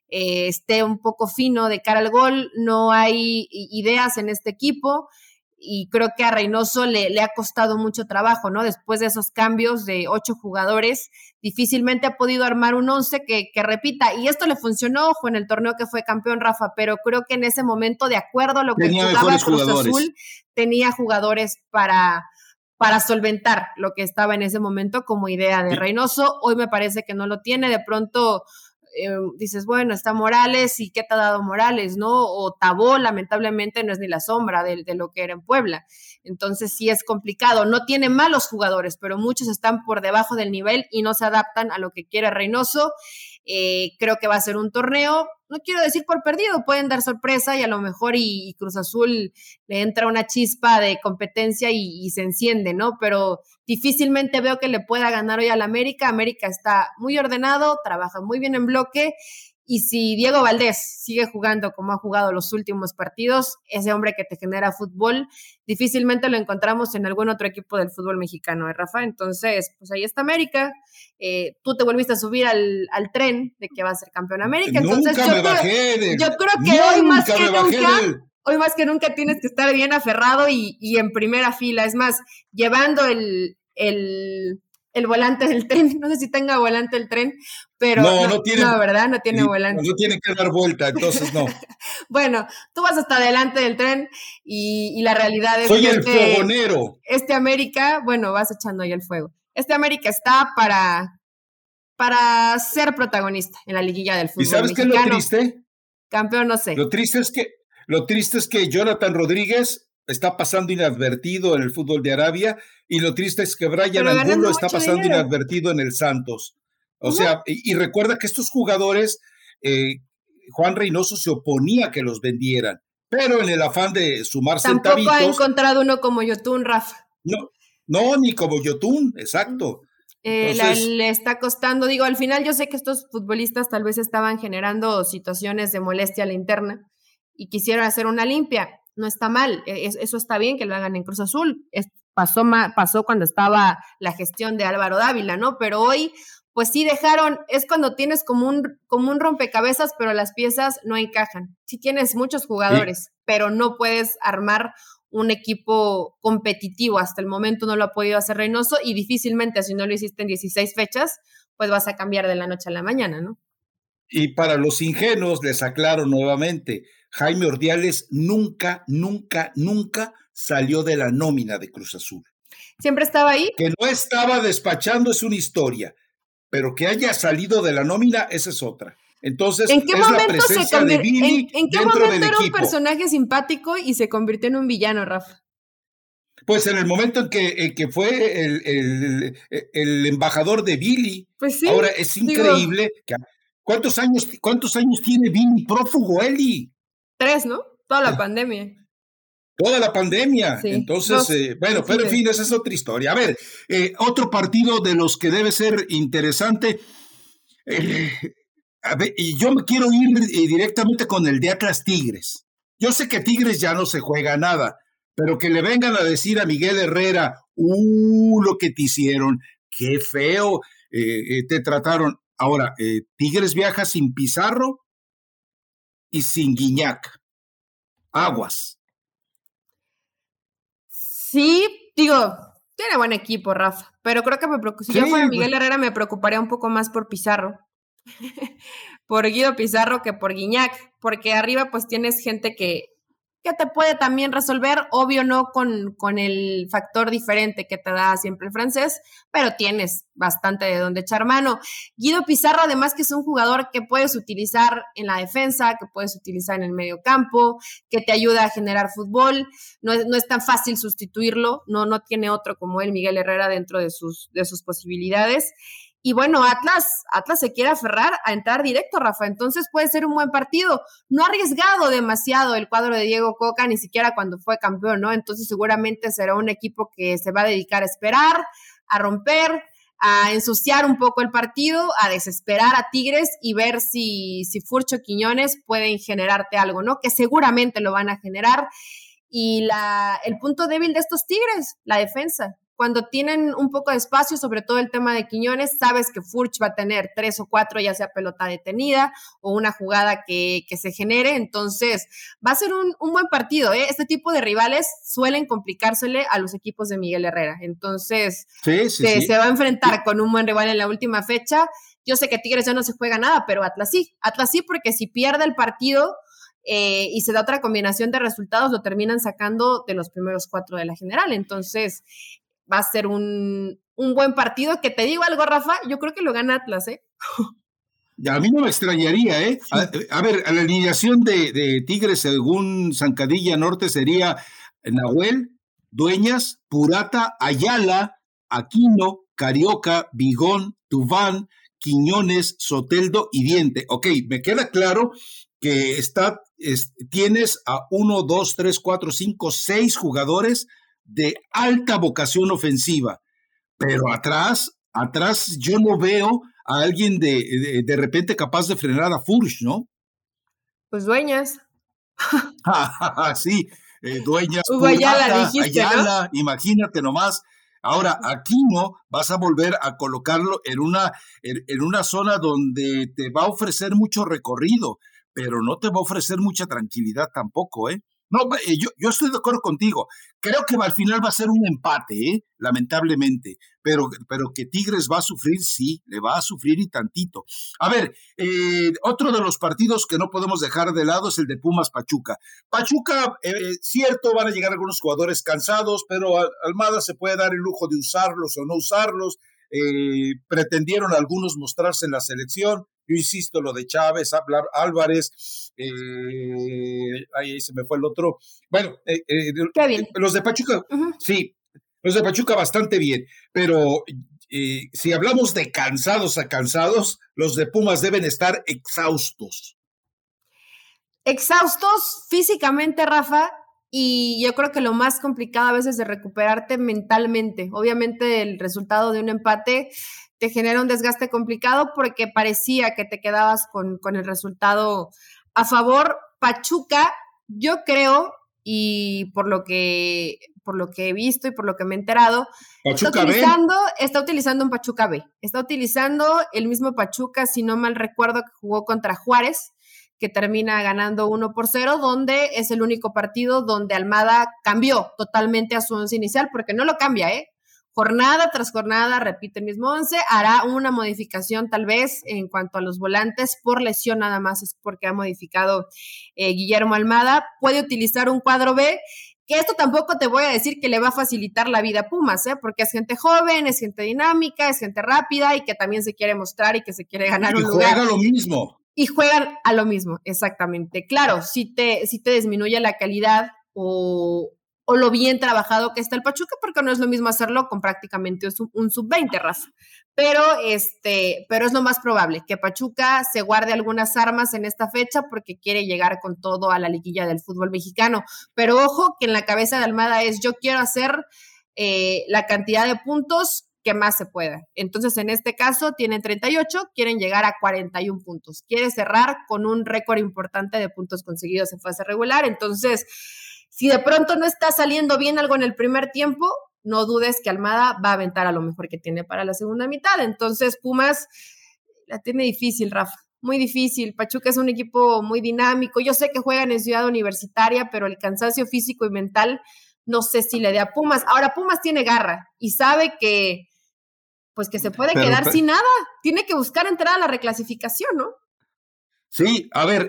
esté un poco fino de cara al gol, no hay ideas en este equipo, y creo que a Reynoso le ha costado mucho trabajo, ¿no? Después de esos cambios de 8 jugadores, difícilmente ha podido armar un 11 que repita, y esto le funcionó, ojo, en el torneo que fue campeón, Rafa, pero creo que en ese momento, de acuerdo a lo que jugaba Cruz Azul, tenía jugadores para solventar lo que estaba en ese momento como idea de Reynoso. Hoy me parece que no lo tiene. De pronto dices, bueno, está Morales, ¿y qué te ha dado Morales, no? O Tabó, lamentablemente, no es ni la sombra de lo que era en Puebla. Entonces sí es complicado. No tiene malos jugadores, pero muchos están por debajo del nivel y no se adaptan a lo que quiere Reynoso. Creo que va a ser un torneo, no quiero decir por perdido, pueden dar sorpresa y a lo mejor y Cruz Azul le entra una chispa de competencia y se enciende, ¿no? Pero difícilmente veo que le pueda ganar hoy al América. América está muy ordenado, trabaja muy bien en bloque, y si Diego Valdés sigue jugando como ha jugado los últimos partidos, ese hombre que te genera fútbol, difícilmente lo encontramos en algún otro equipo del fútbol mexicano, Rafa? Entonces, pues ahí está América. Tú te volviste a subir al tren de que va a ser campeón América. Entonces, yo creo que hoy más que nunca tienes que estar bien aferrado y en primera fila. Es más, llevando el volante del tren. No sé si tenga volante el tren, pero no tiene, ¿verdad? No tiene volante. No tiene que dar vuelta, entonces no. Bueno, tú vas hasta adelante del tren y la realidad es que soy el fogonero. Este América, bueno, vas echando ahí el fuego. Este América está para ser protagonista en la liguilla del fútbol mexicano. ¿Y sabes qué es lo triste? Campeón, no sé. Lo triste es que Jonathan Rodríguez está pasando inadvertido en el fútbol de Arabia, y lo triste es que Brian Angulo está pasando inadvertido en el Santos. O sea, y recuerda que estos jugadores, Juan Reynoso se oponía a que los vendieran, pero en el afán de sumar centavitos. Tampoco ha encontrado uno como Yotun, Rafa. No, ni como Yotun, exacto. Entonces, le está costando, digo, al final yo sé que estos futbolistas tal vez estaban generando situaciones de molestia a la interna y quisieron hacer una limpia. No está mal, eso está bien que lo hagan en Cruz Azul. Pasó cuando estaba la gestión de Álvaro Dávila, ¿no? Pero hoy, pues sí dejaron, es cuando tienes como un rompecabezas, pero las piezas no encajan. Sí tienes muchos jugadores, pero no puedes armar un equipo competitivo. Hasta el momento no lo ha podido hacer Reynoso, y difícilmente, si no lo hiciste en 16 fechas, pues vas a cambiar de la noche a la mañana, ¿no? Y para los ingenuos, les aclaro nuevamente, Jaime Ordiales nunca salió de la nómina de Cruz Azul. ¿Siempre estaba ahí? Que no estaba despachando es una historia, pero que haya salido de la nómina, esa es otra. Entonces, ¿en qué momento la presencia de Billy ¿en qué dentro momento del era equipo? Un personaje simpático y se convirtió en un villano, Rafa? Pues en el momento en que fue el embajador de Billy. Pues sí. Ahora es increíble. ¿Cuántos años tiene Billy prófugo, Eli? 3, ¿no? Toda la pandemia. Toda la pandemia. Sí. Entonces, pero en fin, esa es otra historia. A ver, otro partido de los que debe ser interesante. Y yo me quiero ir directamente con el de Atlas Tigres. Yo sé que Tigres ya no se juega nada, pero que le vengan a decir a Miguel Herrera, lo que te hicieron, qué feo te trataron. Ahora, Tigres viaja sin Pizarro y sin Guiñac. Aguas. Sí, digo, tiene buen equipo, Rafa, pero creo que si yo fuera Miguel Herrera me preocuparía un poco más por Pizarro. Por Guido Pizarro que por Guiñac, porque arriba pues tienes gente que te puede también resolver, obvio no con el factor diferente que te da siempre el francés, pero tienes bastante de donde echar mano. Guido Pizarro, además, que es un jugador que puedes utilizar en la defensa, que puedes utilizar en el medio campo, que te ayuda a generar fútbol. No es tan fácil sustituirlo, no tiene otro como él, Miguel Herrera, dentro de sus posibilidades. Y bueno, Atlas se quiere aferrar a entrar directo, Rafa, entonces puede ser un buen partido. No ha arriesgado demasiado el cuadro de Diego Coca, ni siquiera cuando fue campeón, ¿no? Entonces seguramente será un equipo que se va a dedicar a esperar, a romper, a ensuciar un poco el partido, a desesperar a Tigres y ver si Furcho Quiñones pueden generarte algo, ¿no? Que seguramente lo van a generar. Y el punto débil de estos Tigres, la defensa. cuando tienen un poco de espacio, sobre todo el tema de Quiñones, sabes que Furch va a tener 3 o 4, ya sea pelota detenida o una jugada que se genere, entonces va a ser un buen partido, ¿eh? Este tipo de rivales suelen complicársele a los equipos de Miguel Herrera, entonces se va a enfrentar con un buen rival en la última fecha. Yo sé que Tigres ya no se juega nada, pero Atlas sí, porque si pierde el partido y se da otra combinación de resultados, lo terminan sacando de los primeros 4 de la general, entonces va a ser un buen partido, que te digo algo, Rafa, yo creo que lo gana Atlas, ¿eh? A mí no me extrañaría, ¿eh? Sí. A ver, a la alineación de Tigres, según Zancadilla Norte, sería Nahuel, Dueñas, Purata, Ayala, Aquino, Carioca, Vigón, Tubán, Quiñones, Soteldo y Diente. Ok, me queda claro que tienes a 1, 2, 3, 4, 5, 6 jugadores de alta vocación ofensiva, pero atrás yo no veo a alguien de repente capaz de frenar a Furch, ¿no? Pues Dueñas. Sí, Dueñas, Hugo Ayala, dijiste, Ayala, ¿no? Imagínate nomás. Ahora, aquí no vas a volver a colocarlo en una zona donde te va a ofrecer mucho recorrido, pero no te va a ofrecer mucha tranquilidad tampoco, ¿eh? No, yo estoy de acuerdo contigo. Creo que al final va a ser un empate, lamentablemente, pero que Tigres va a sufrir, sí, le va a sufrir y tantito. A ver, otro de los partidos que no podemos dejar de lado es el de Pumas-Pachuca. Pachuca, cierto, van a llegar algunos jugadores cansados, pero Almada se puede dar el lujo de usarlos o no usarlos. Pretendieron algunos mostrarse en la selección. Yo insisto, lo de Chávez, Álvarez, ahí se me fue el otro. Bueno, los de Pachuca, sí, los de Pachuca bastante bien, pero si hablamos de cansados a cansados, los de Pumas deben estar exhaustos. Exhaustos físicamente, Rafa, y yo creo que lo más complicado a veces es de recuperarte mentalmente. Obviamente el resultado de un empate te genera un desgaste complicado porque parecía que te quedabas con el resultado a favor. Pachuca, yo creo, y por lo que he visto y por lo que me he enterado, está utilizando un Pachuca B. Está utilizando el mismo Pachuca, si no mal recuerdo, que jugó contra Juárez, que termina ganando 1-0, donde es el único partido donde Almada cambió totalmente a su once inicial, porque no lo cambia, jornada tras jornada repite el mismo once, hará una modificación tal vez en cuanto a los volantes, por lesión nada más, es porque ha modificado Guillermo Almada, puede utilizar un cuadro B, que esto tampoco te voy a decir que le va a facilitar la vida a Pumas, porque es gente joven, es gente dinámica, es gente rápida y que también se quiere mostrar y que se quiere ganar un lugar. Y juega lo mismo. Y juegan a lo mismo, exactamente. Claro, si te disminuye la calidad o lo bien trabajado que está el Pachuca, porque no es lo mismo hacerlo con prácticamente un sub-20, Rafa. Pero es lo más probable, que Pachuca se guarde algunas armas en esta fecha porque quiere llegar con todo a la liguilla del fútbol mexicano. Pero ojo, que en la cabeza de Almada es, yo quiero hacer la cantidad de puntos que más se pueda. Entonces, en este caso, tienen 38, quieren llegar a 41 puntos. Quiere cerrar con un récord importante de puntos conseguidos en fase regular. Entonces, si de pronto no está saliendo bien algo en el primer tiempo, no dudes que Almada va a aventar a lo mejor que tiene para la segunda mitad. Entonces, Pumas la tiene difícil, Rafa. Muy difícil. Pachuca es un equipo muy dinámico. Yo sé que juegan en Ciudad Universitaria, pero el cansancio físico y mental no sé si le dé a Pumas. Ahora, Pumas tiene garra y sabe que se puede quedar sin nada. Tiene que buscar entrar a la reclasificación, ¿no? Sí, a ver,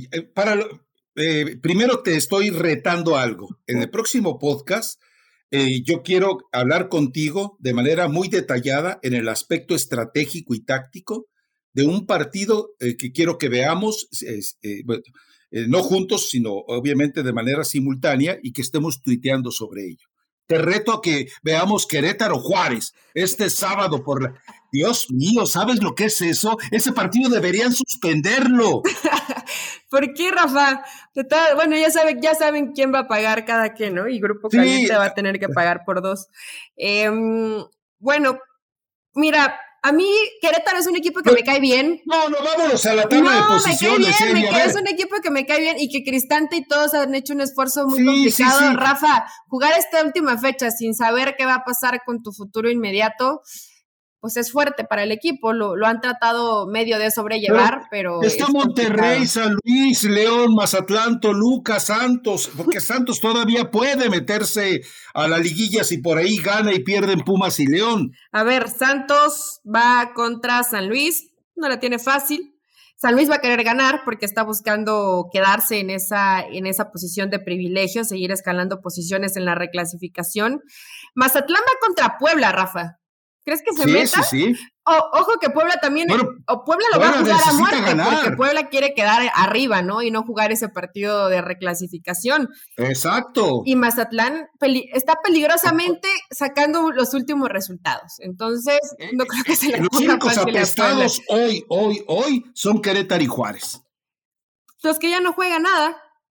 primero te estoy retando algo. En el próximo podcast, yo quiero hablar contigo de manera muy detallada en el aspecto estratégico y táctico de un partido que quiero que veamos, no juntos, sino obviamente de manera simultánea y que estemos tuiteando sobre ello. Te reto a que veamos Querétaro Juárez este sábado Dios mío, ¿sabes lo que es eso? Ese partido deberían suspenderlo. ¿Por qué, Rafa? Bueno, ya saben quién va a pagar cada quien, ¿no? Y Grupo Caliente va a tener que pagar por 2. Bueno, mira, a mí Querétaro es un equipo que me cae bien. No, vámonos a la tabla de posiciones. Es un equipo que me cae bien y que Cristante y todos han hecho un esfuerzo muy complicado. Sí. Rafa, jugar esta última fecha sin saber qué va a pasar con tu futuro inmediato, pues es fuerte para el equipo, lo han tratado medio de sobrellevar, pero está Monterrey, San Luis, León, Mazatlán, Toluca, Santos, porque Santos todavía puede meterse a la liguilla si por ahí gana y pierden Pumas y León. A ver, Santos va contra San Luis, no la tiene fácil. San Luis va a querer ganar porque está buscando quedarse en esa posición de privilegio, seguir escalando posiciones en la reclasificación. Mazatlán va contra Puebla, Rafa. ¿Crees que se meta? Sí. Ojo que Puebla también, o Puebla lo va a jugar a muerte, porque Puebla quiere quedar arriba, ¿no? Y no jugar ese partido de reclasificación. Exacto. Y Mazatlán está peligrosamente sacando los últimos resultados. Entonces, no creo que se le los únicos apestados hoy son Querétaro y Juárez. Los que ya no juegan nada.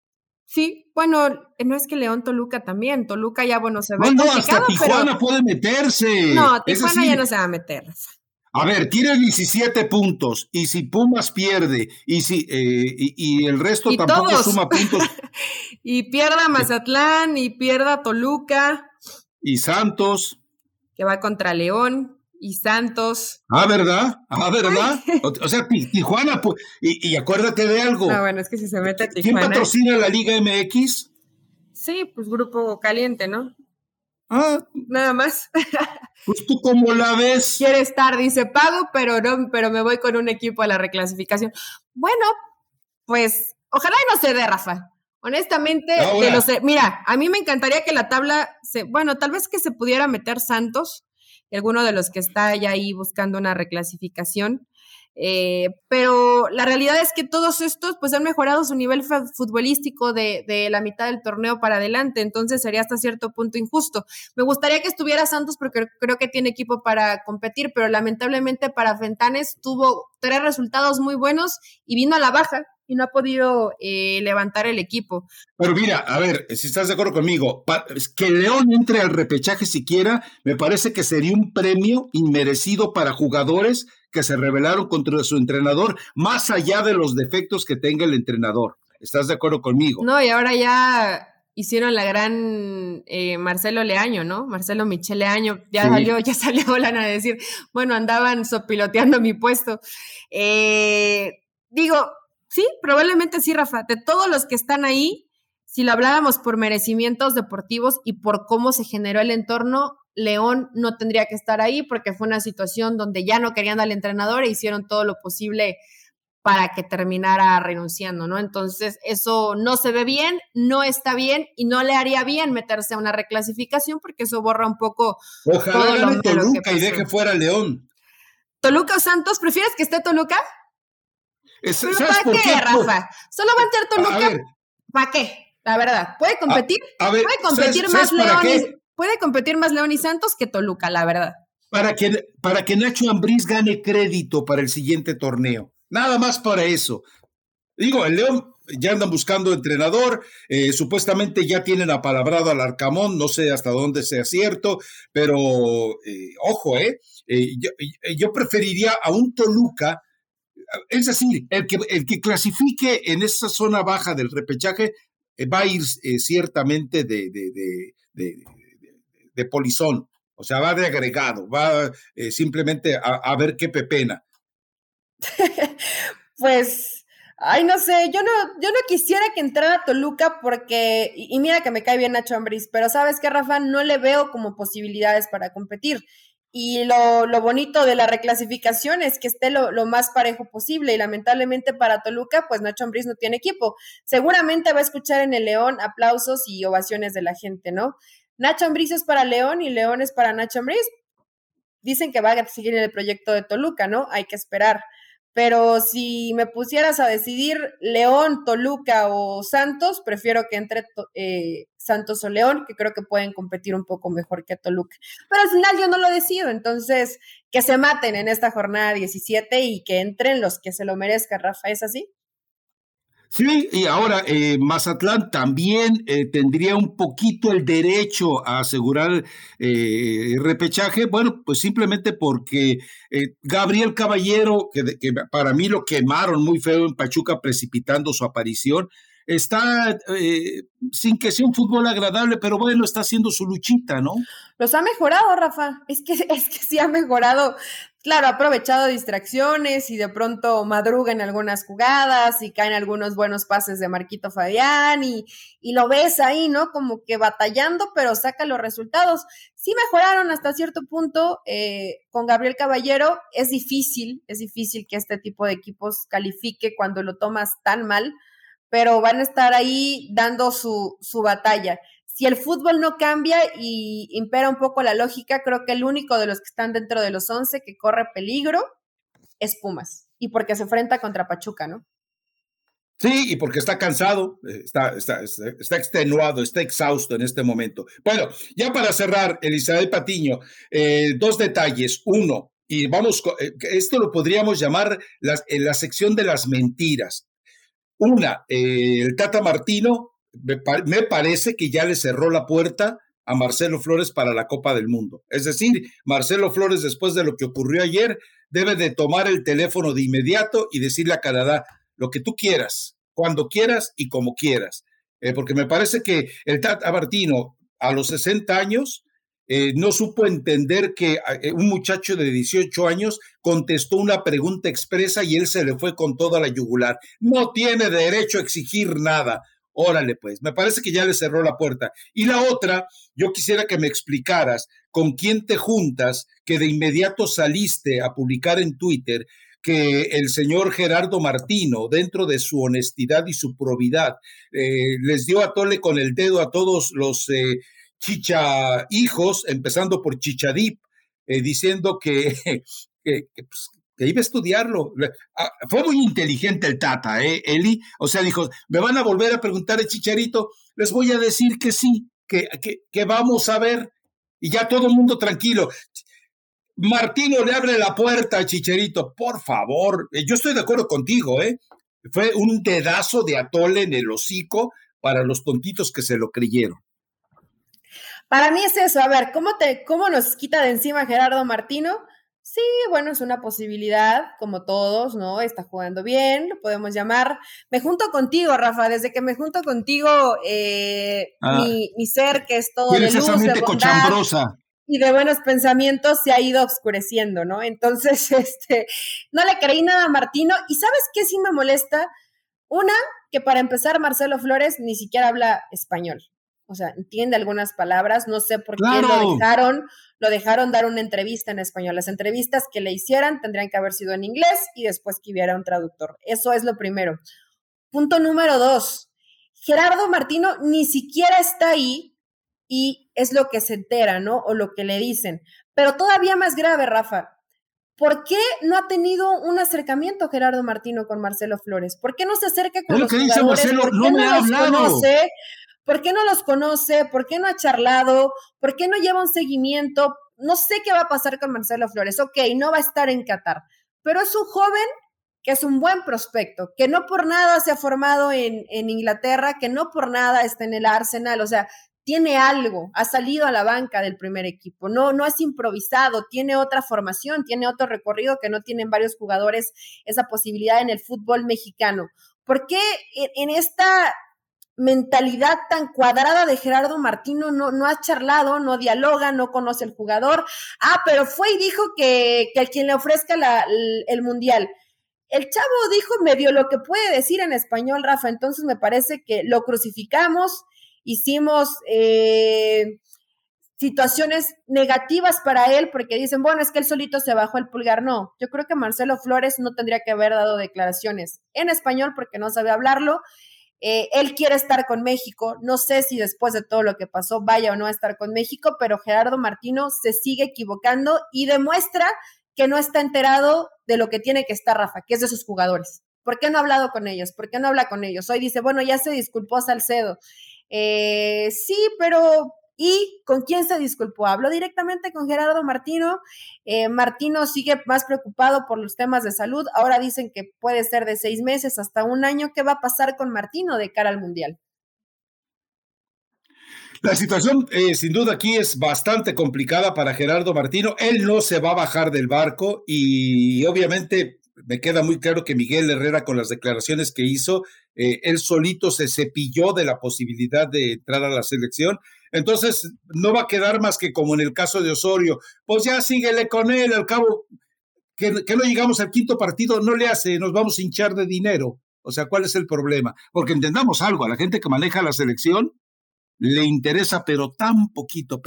Sí, bueno, no es que León, Toluca también. Toluca ya, se ve complicado, hasta Tijuana puede meterse. No, Tijuana ya no se va a meter. A ver, tiene 17 puntos, y si Pumas pierde, y si y el resto y tampoco todos suma puntos. Y pierda Mazatlán, y pierda Toluca. Y Santos. Que va contra León. Y Santos. ¿Verdad? O sea, Tijuana, pues, y acuérdate de algo. No, bueno, es que si se mete Tijuana. ¿Quién patrocina la Liga MX? Sí, pues Grupo Caliente, ¿no? Nada más. Pues tú cómo la ves. Quiere estar, dice, pago, pero me voy con un equipo a la reclasificación. Bueno, pues, ojalá y no se dé, Rafa. Honestamente, mira, a mí me encantaría que la tabla, tal vez que se pudiera meter Santos, alguno de los que está ya ahí buscando una reclasificación, pero la realidad es que todos estos pues han mejorado su nivel futbolístico de la mitad del torneo para adelante, entonces sería hasta cierto punto injusto. Me gustaría que estuviera Santos porque creo que tiene equipo para competir, pero lamentablemente para Fentanes tuvo 3 resultados muy buenos y vino a la baja y no ha podido levantar el equipo. Pero mira, a ver, si estás de acuerdo conmigo, que León entre al repechaje siquiera, me parece que sería un premio inmerecido para jugadores que se rebelaron contra su entrenador, más allá de los defectos que tenga el entrenador. ¿Estás de acuerdo conmigo? No, y ahora ya hicieron la gran Marcelo Leaño, ¿no? Marcelo Michel Leaño, ya salió Lana a decir, andaban sopiloteando mi puesto. Sí, probablemente sí, Rafa. De todos los que están ahí, si lo habláramos por merecimientos deportivos y por cómo se generó el entorno, León no tendría que estar ahí porque fue una situación donde ya no querían al entrenador e hicieron todo lo posible para que terminara renunciando, ¿no? Entonces, eso no se ve bien, no está bien y no le haría bien meterse a una reclasificación porque eso borra un poco. Ojalá gane Toluca y deje fuera a León. ¿Toluca o Santos? ¿Prefieres que esté Toluca? ¿Pero para qué, Rafa? Solo va a entrar Toluca. ¿Para qué? La verdad, puede competir. Puede competir más León. Puede competir más León y Santos que Toluca, la verdad. Para que Nacho Ambriz gane crédito para el siguiente torneo. Nada más para eso. Digo, el León ya andan buscando entrenador, supuestamente ya tienen apalabrado al Arcamón, no sé hasta dónde sea cierto, pero ojo, yo preferiría a un Toluca. Es decir, el que clasifique en esa zona baja del repechaje va a ir ciertamente de polizón, o sea, va de agregado, va simplemente a ver qué pepena. Pues, no sé, yo no quisiera que entrara Toluca porque, y mira que me cae bien Nacho Ambriz, pero ¿sabes qué, Rafa? No le veo como posibilidades para competir. Y lo bonito de la reclasificación es que esté lo más parejo posible y lamentablemente para Toluca, pues Nacho Ambriz no tiene equipo. Seguramente va a escuchar en el León aplausos y ovaciones de la gente, ¿no? Nacho Ambriz es para León y León es para Nacho Ambriz. Dicen que va a seguir en el proyecto de Toluca, ¿no? Hay que esperar. Pero si me pusieras a decidir León, Toluca o Santos, prefiero que entre Santos o León, que creo que pueden competir un poco mejor que Toluca. Pero al final yo no lo decido, entonces que se maten en esta jornada 17 y que entren los que se lo merezcan, Rafa, ¿es así? Sí, y ahora Mazatlán también tendría un poquito el derecho a asegurar repechaje, bueno, pues simplemente porque Gabriel Caballero, que para mí lo quemaron muy feo en Pachuca precipitando su aparición, está sin que sea un fútbol agradable, pero bueno, está haciendo su luchita, ¿no? Los ha mejorado, Rafa. Es que sí ha mejorado. Claro, ha aprovechado distracciones y de pronto madruga en algunas jugadas y caen algunos buenos pases de Marquito Fabián y lo ves ahí, ¿no? Como que batallando, pero saca los resultados. Sí mejoraron hasta cierto punto con Gabriel Caballero. Es difícil que este tipo de equipos califique cuando lo tomas tan mal, pero van a estar ahí dando su batalla. Si el fútbol no cambia y impera un poco la lógica, creo que el único de los que están dentro de los 11 que corre peligro es Pumas, y porque se enfrenta contra Pachuca, ¿no? Sí, y porque está cansado, está extenuado, está exhausto en este momento. Bueno, ya para cerrar, Elizabeth Patiño, dos detalles. Uno, y vamos, esto lo podríamos llamar la sección de las mentiras. Una, el Tata Martino me parece que ya le cerró la puerta a Marcelo Flores para la Copa del Mundo. Es decir, Marcelo Flores, después de lo que ocurrió ayer, debe de tomar el teléfono de inmediato y decirle a Canadá lo que tú quieras, cuando quieras y como quieras. Porque me parece que el Tata Martino, a los 60 años, no supo entender que un muchacho de 18 años contestó una pregunta expresa y él se le fue con toda la yugular. No tiene derecho a exigir nada. Órale, pues, me parece que ya le cerró la puerta. Y la otra, yo quisiera que me explicaras con quién te juntas, que de inmediato saliste a publicar en Twitter que el señor Gerardo Martino, dentro de su honestidad y su probidad, les dio a tole con el dedo a todos los chicha hijos, empezando por Chichadip, diciendo pues, que iba a estudiarlo. Fue muy inteligente el Tata, Eli. O sea, dijo, me van a volver a preguntar el Chicharito, les voy a decir que sí, que vamos a ver. Y ya todo el mundo tranquilo. Martino le abre la puerta a Chicharito, por favor. Yo estoy de acuerdo contigo, ¿eh? Fue un dedazo de atole en el hocico para los tontitos que se lo creyeron. Para mí es eso, a ver, ¿cómo nos quita de encima Gerardo Martino? Sí, bueno, es una posibilidad, como todos, ¿no? Está jugando bien, lo podemos llamar. Me junto contigo, Rafa, desde que me junto contigo, mi ser, que es todo de luz, de bondad cochambrosa y de buenos pensamientos, se ha ido oscureciendo, ¿no? Entonces, no le creí nada a Martino. ¿Y sabes qué sí me molesta? Una, que para empezar Marcelo Flores ni siquiera habla español. O sea, entiende algunas palabras, no sé por qué lo dejaron dar una entrevista en español. Las entrevistas que le hicieran tendrían que haber sido en inglés y después que hubiera un traductor. Eso es lo primero. Punto número 2, Gerardo Martino ni siquiera está ahí y es lo que se entera, ¿no? O lo que le dicen. Pero todavía más grave, Rafa, ¿por qué no ha tenido un acercamiento Gerardo Martino con Marcelo Flores? ¿Por qué no se acerca con los jugadores? Marcelo, ¿Por qué no los conoce? ¿Por qué no los conoce? ¿Por qué no ha charlado? ¿Por qué no lleva un seguimiento? No sé qué va a pasar con Marcelo Flores. Ok, no va a estar en Qatar, pero es un joven que es un buen prospecto, que no por nada se ha formado en Inglaterra, que no por nada está en el Arsenal, o sea, tiene algo, ha salido a la banca del primer equipo, no es improvisado, tiene otra formación, tiene otro recorrido que no tienen varios jugadores esa posibilidad en el fútbol mexicano. ¿Por qué en esta mentalidad tan cuadrada de Gerardo Martino no ha charlado, no dialoga, no conoce el jugador? Pero fue y dijo que a quien le ofrezca el Mundial. El chavo dijo medio lo que puede decir en español, Rafa, entonces me parece que lo crucificamos, hicimos situaciones negativas para él porque dicen, bueno, es que él solito se bajó el pulgar. No, yo creo que Marcelo Flores no tendría que haber dado declaraciones en español porque no sabe hablarlo. Él quiere estar con México, no sé si después de todo lo que pasó vaya o no a estar con México, pero Gerardo Martino se sigue equivocando y demuestra que no está enterado de lo que tiene que estar Rafa, que es de sus jugadores. ¿Por qué no ha hablado con ellos? ¿Por qué no habla con ellos? Hoy dice, bueno, ya se disculpó Salcedo. Sí, pero ¿Y con quién se disculpó? Habló directamente con Gerardo Martino. Martino sigue más preocupado por los temas de salud. Ahora dicen que puede ser de 6 meses hasta 1 año. ¿Qué va a pasar con Martino de cara al Mundial? La situación, sin duda, aquí es bastante complicada para Gerardo Martino. Él no se va a bajar del barco y obviamente me queda muy claro que Miguel Herrera, con las declaraciones que hizo, él solito se cepilló de la posibilidad de entrar a la selección. Entonces, no va a quedar más que como en el caso de Osorio. Pues ya síguele con él, al cabo, que no llegamos al 5º partido, no le hace, nos vamos a hinchar de dinero. O sea, ¿cuál es el problema? Porque entendamos algo, a la gente que maneja la selección le interesa, pero tan poquito,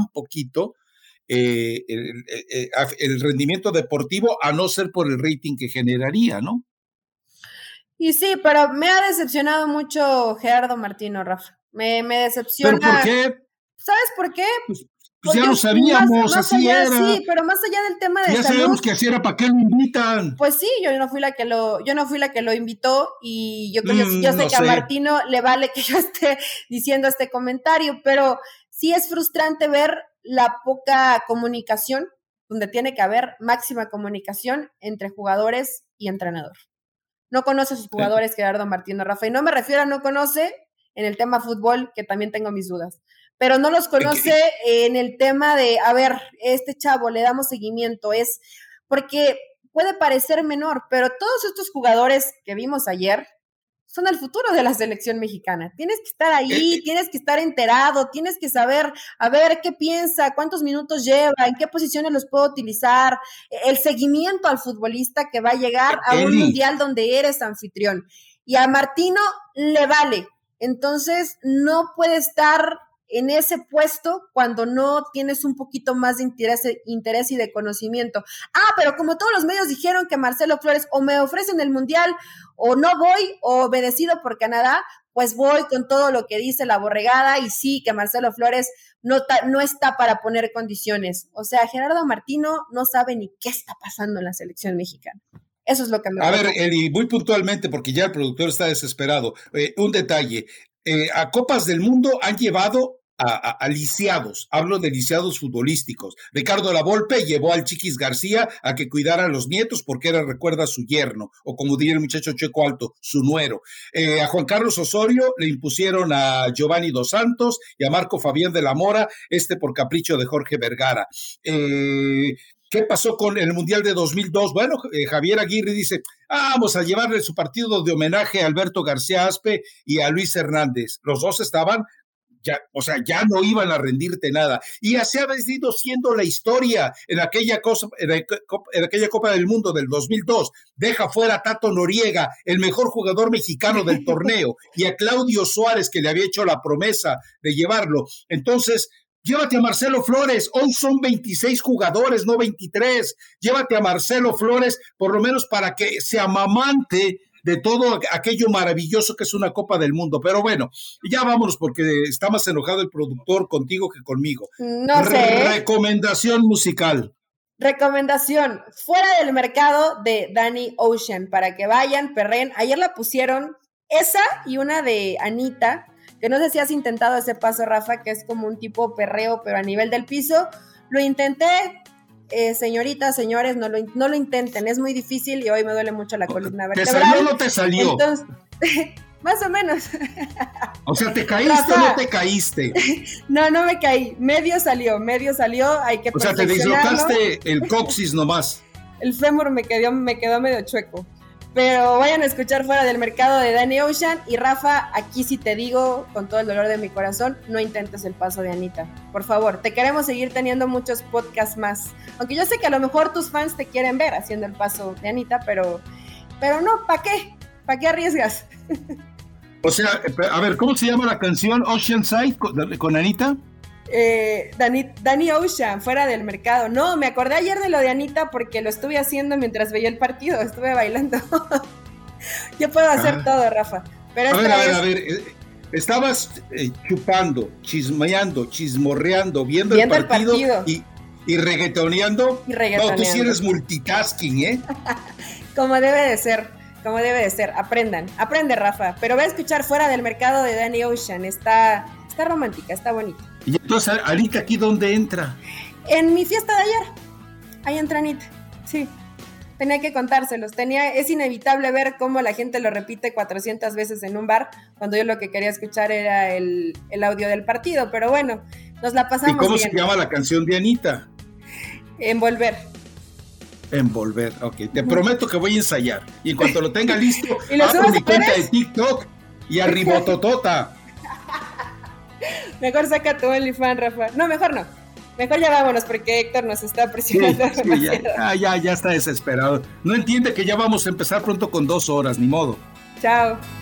el rendimiento deportivo, a no ser por el rating que generaría, ¿no? Y sí, pero me ha decepcionado mucho Gerardo Martino, Rafa. Me decepciona. ¿Pero por qué? ¿Sabes por qué? Pues ya lo sabíamos, más así allá, era. Sí, pero más allá del tema de ya salud. Ya sabemos que así era, ¿para qué lo invitan? Pues sí, yo no fui la que lo invitó, y yo sé que a Martino le vale que yo esté diciendo este comentario, pero sí es frustrante ver la poca comunicación, donde tiene que haber máxima comunicación entre jugadores y entrenador. No conoce a sus jugadores, Gerardo Martino, Rafa, y no me refiero a no conoce en el tema fútbol, que también tengo mis dudas, pero no los conoce en el tema de, a ver, este chavo le damos seguimiento, es porque puede parecer menor, pero todos estos jugadores que vimos ayer son el futuro de la selección mexicana. Tienes que estar ahí, tienes que estar enterado, tienes que saber, a ver, qué piensa, cuántos minutos lleva, en qué posiciones los puedo utilizar, el seguimiento al futbolista que va a llegar a un mundial donde eres anfitrión. Y a Martino le vale. Entonces, no puede estar en ese puesto cuando no tienes un poquito más de interés y de conocimiento. Pero como todos los medios dijeron que Marcelo Flores o me ofrecen el mundial o no voy, o obedecido por Canadá, pues voy con todo lo que dice la borregada, y sí, que Marcelo Flores no está para poner condiciones. O sea, Gerardo Martino no sabe ni qué está pasando en la selección mexicana. Eso es lo que me A ver, Eli, muy puntualmente, porque ya el productor está desesperado. Un detalle. A Copas del Mundo han llevado a lisiados, hablo de lisiados futbolísticos. Ricardo Lavolpe llevó al Chiquis García a que cuidara a los nietos porque recuerda a su yerno, o como diría el muchacho Checo Alto, su nuero. A Juan Carlos Osorio le impusieron a Giovanni Dos Santos y a Marco Fabián de la Mora, por capricho de Jorge Vergara. ¿Qué pasó con el Mundial de 2002? Bueno, Javier Aguirre dice, vamos a llevarle su partido de homenaje a Alberto García Aspe y a Luis Hernández. Los dos estaban, ya no iban a rendirte nada. Y así ha ido siendo la historia en aquella Copa del Mundo del 2002. Deja fuera a Tato Noriega, el mejor jugador mexicano del torneo, y a Claudio Suárez, que le había hecho la promesa de llevarlo. Entonces, llévate a Marcelo Flores. Hoy son 26 jugadores, no 23. Llévate a Marcelo Flores, por lo menos para que se amamante de todo aquello maravilloso que es una Copa del Mundo. Pero bueno, ya vámonos, porque está más enojado el productor contigo que conmigo. No sé. Recomendación musical. Recomendación, Fuera del Mercado, de Danny Ocean, para que vayan, perren. Ayer la pusieron esa y una de Anita, que no sé si has intentado ese paso, Rafa, que es como un tipo perreo, pero a nivel del piso. Lo intenté, señoritas, señores, no lo intenten, es muy difícil y hoy me duele mucho la columna vertebral. ¿Te salió o no te salió? Entonces, más o menos. O sea, ¿te caíste, Rafa, o no te caíste? No me caí, medio salió, hay que perfeccionarlo. O sea, te dislocaste el coxis nomás. El fémur me quedó medio chueco. Pero vayan a escuchar Fuera del Mercado de Danny Ocean. Y Rafa, aquí sí te digo con todo el dolor de mi corazón, no intentes el paso de Anita, por favor. Te queremos seguir teniendo muchos podcasts más, aunque yo sé que a lo mejor tus fans te quieren ver haciendo el paso de Anita, pero no, ¿para qué arriesgas? O sea, a ver, ¿cómo se llama la canción? Oceanside con Anita. Danny Ocean, Fuera del Mercado. No, me acordé ayer de lo de Anita porque lo estuve haciendo mientras veía el partido, estuve bailando. Yo puedo hacer todo, Rafa. Pero a ver, estabas chupando, chismeando, chismorreando, viendo el partido. Y reggaetoneando. No, tú sí eres multitasking, ¿eh? Como debe de ser. Aprende, Rafa. Pero ve a escuchar Fuera del Mercado de Danny Ocean, está romántica, está bonita. Y entonces, Anita, ¿aquí dónde entra? En mi fiesta de ayer. Ahí entra Anita, sí. Tenía que contárselos. Es inevitable ver cómo la gente lo repite 400 veces en un bar, cuando yo lo que quería escuchar era el audio del partido. Pero bueno, nos la pasamos bien. ¿Y cómo se llama la canción de Anita? Envolver. Envolver, ok. Te prometo que voy a ensayar. Y en cuanto lo tenga listo, abro mi cuenta de TikTok y arribototota. Mejor saca tu OnlyFans, Rafa. No, mejor no. Mejor ya vámonos porque Héctor nos está presionando. Sí, ya está desesperado. No entiende que ya vamos a empezar pronto con 2 horas, ni modo. Chao.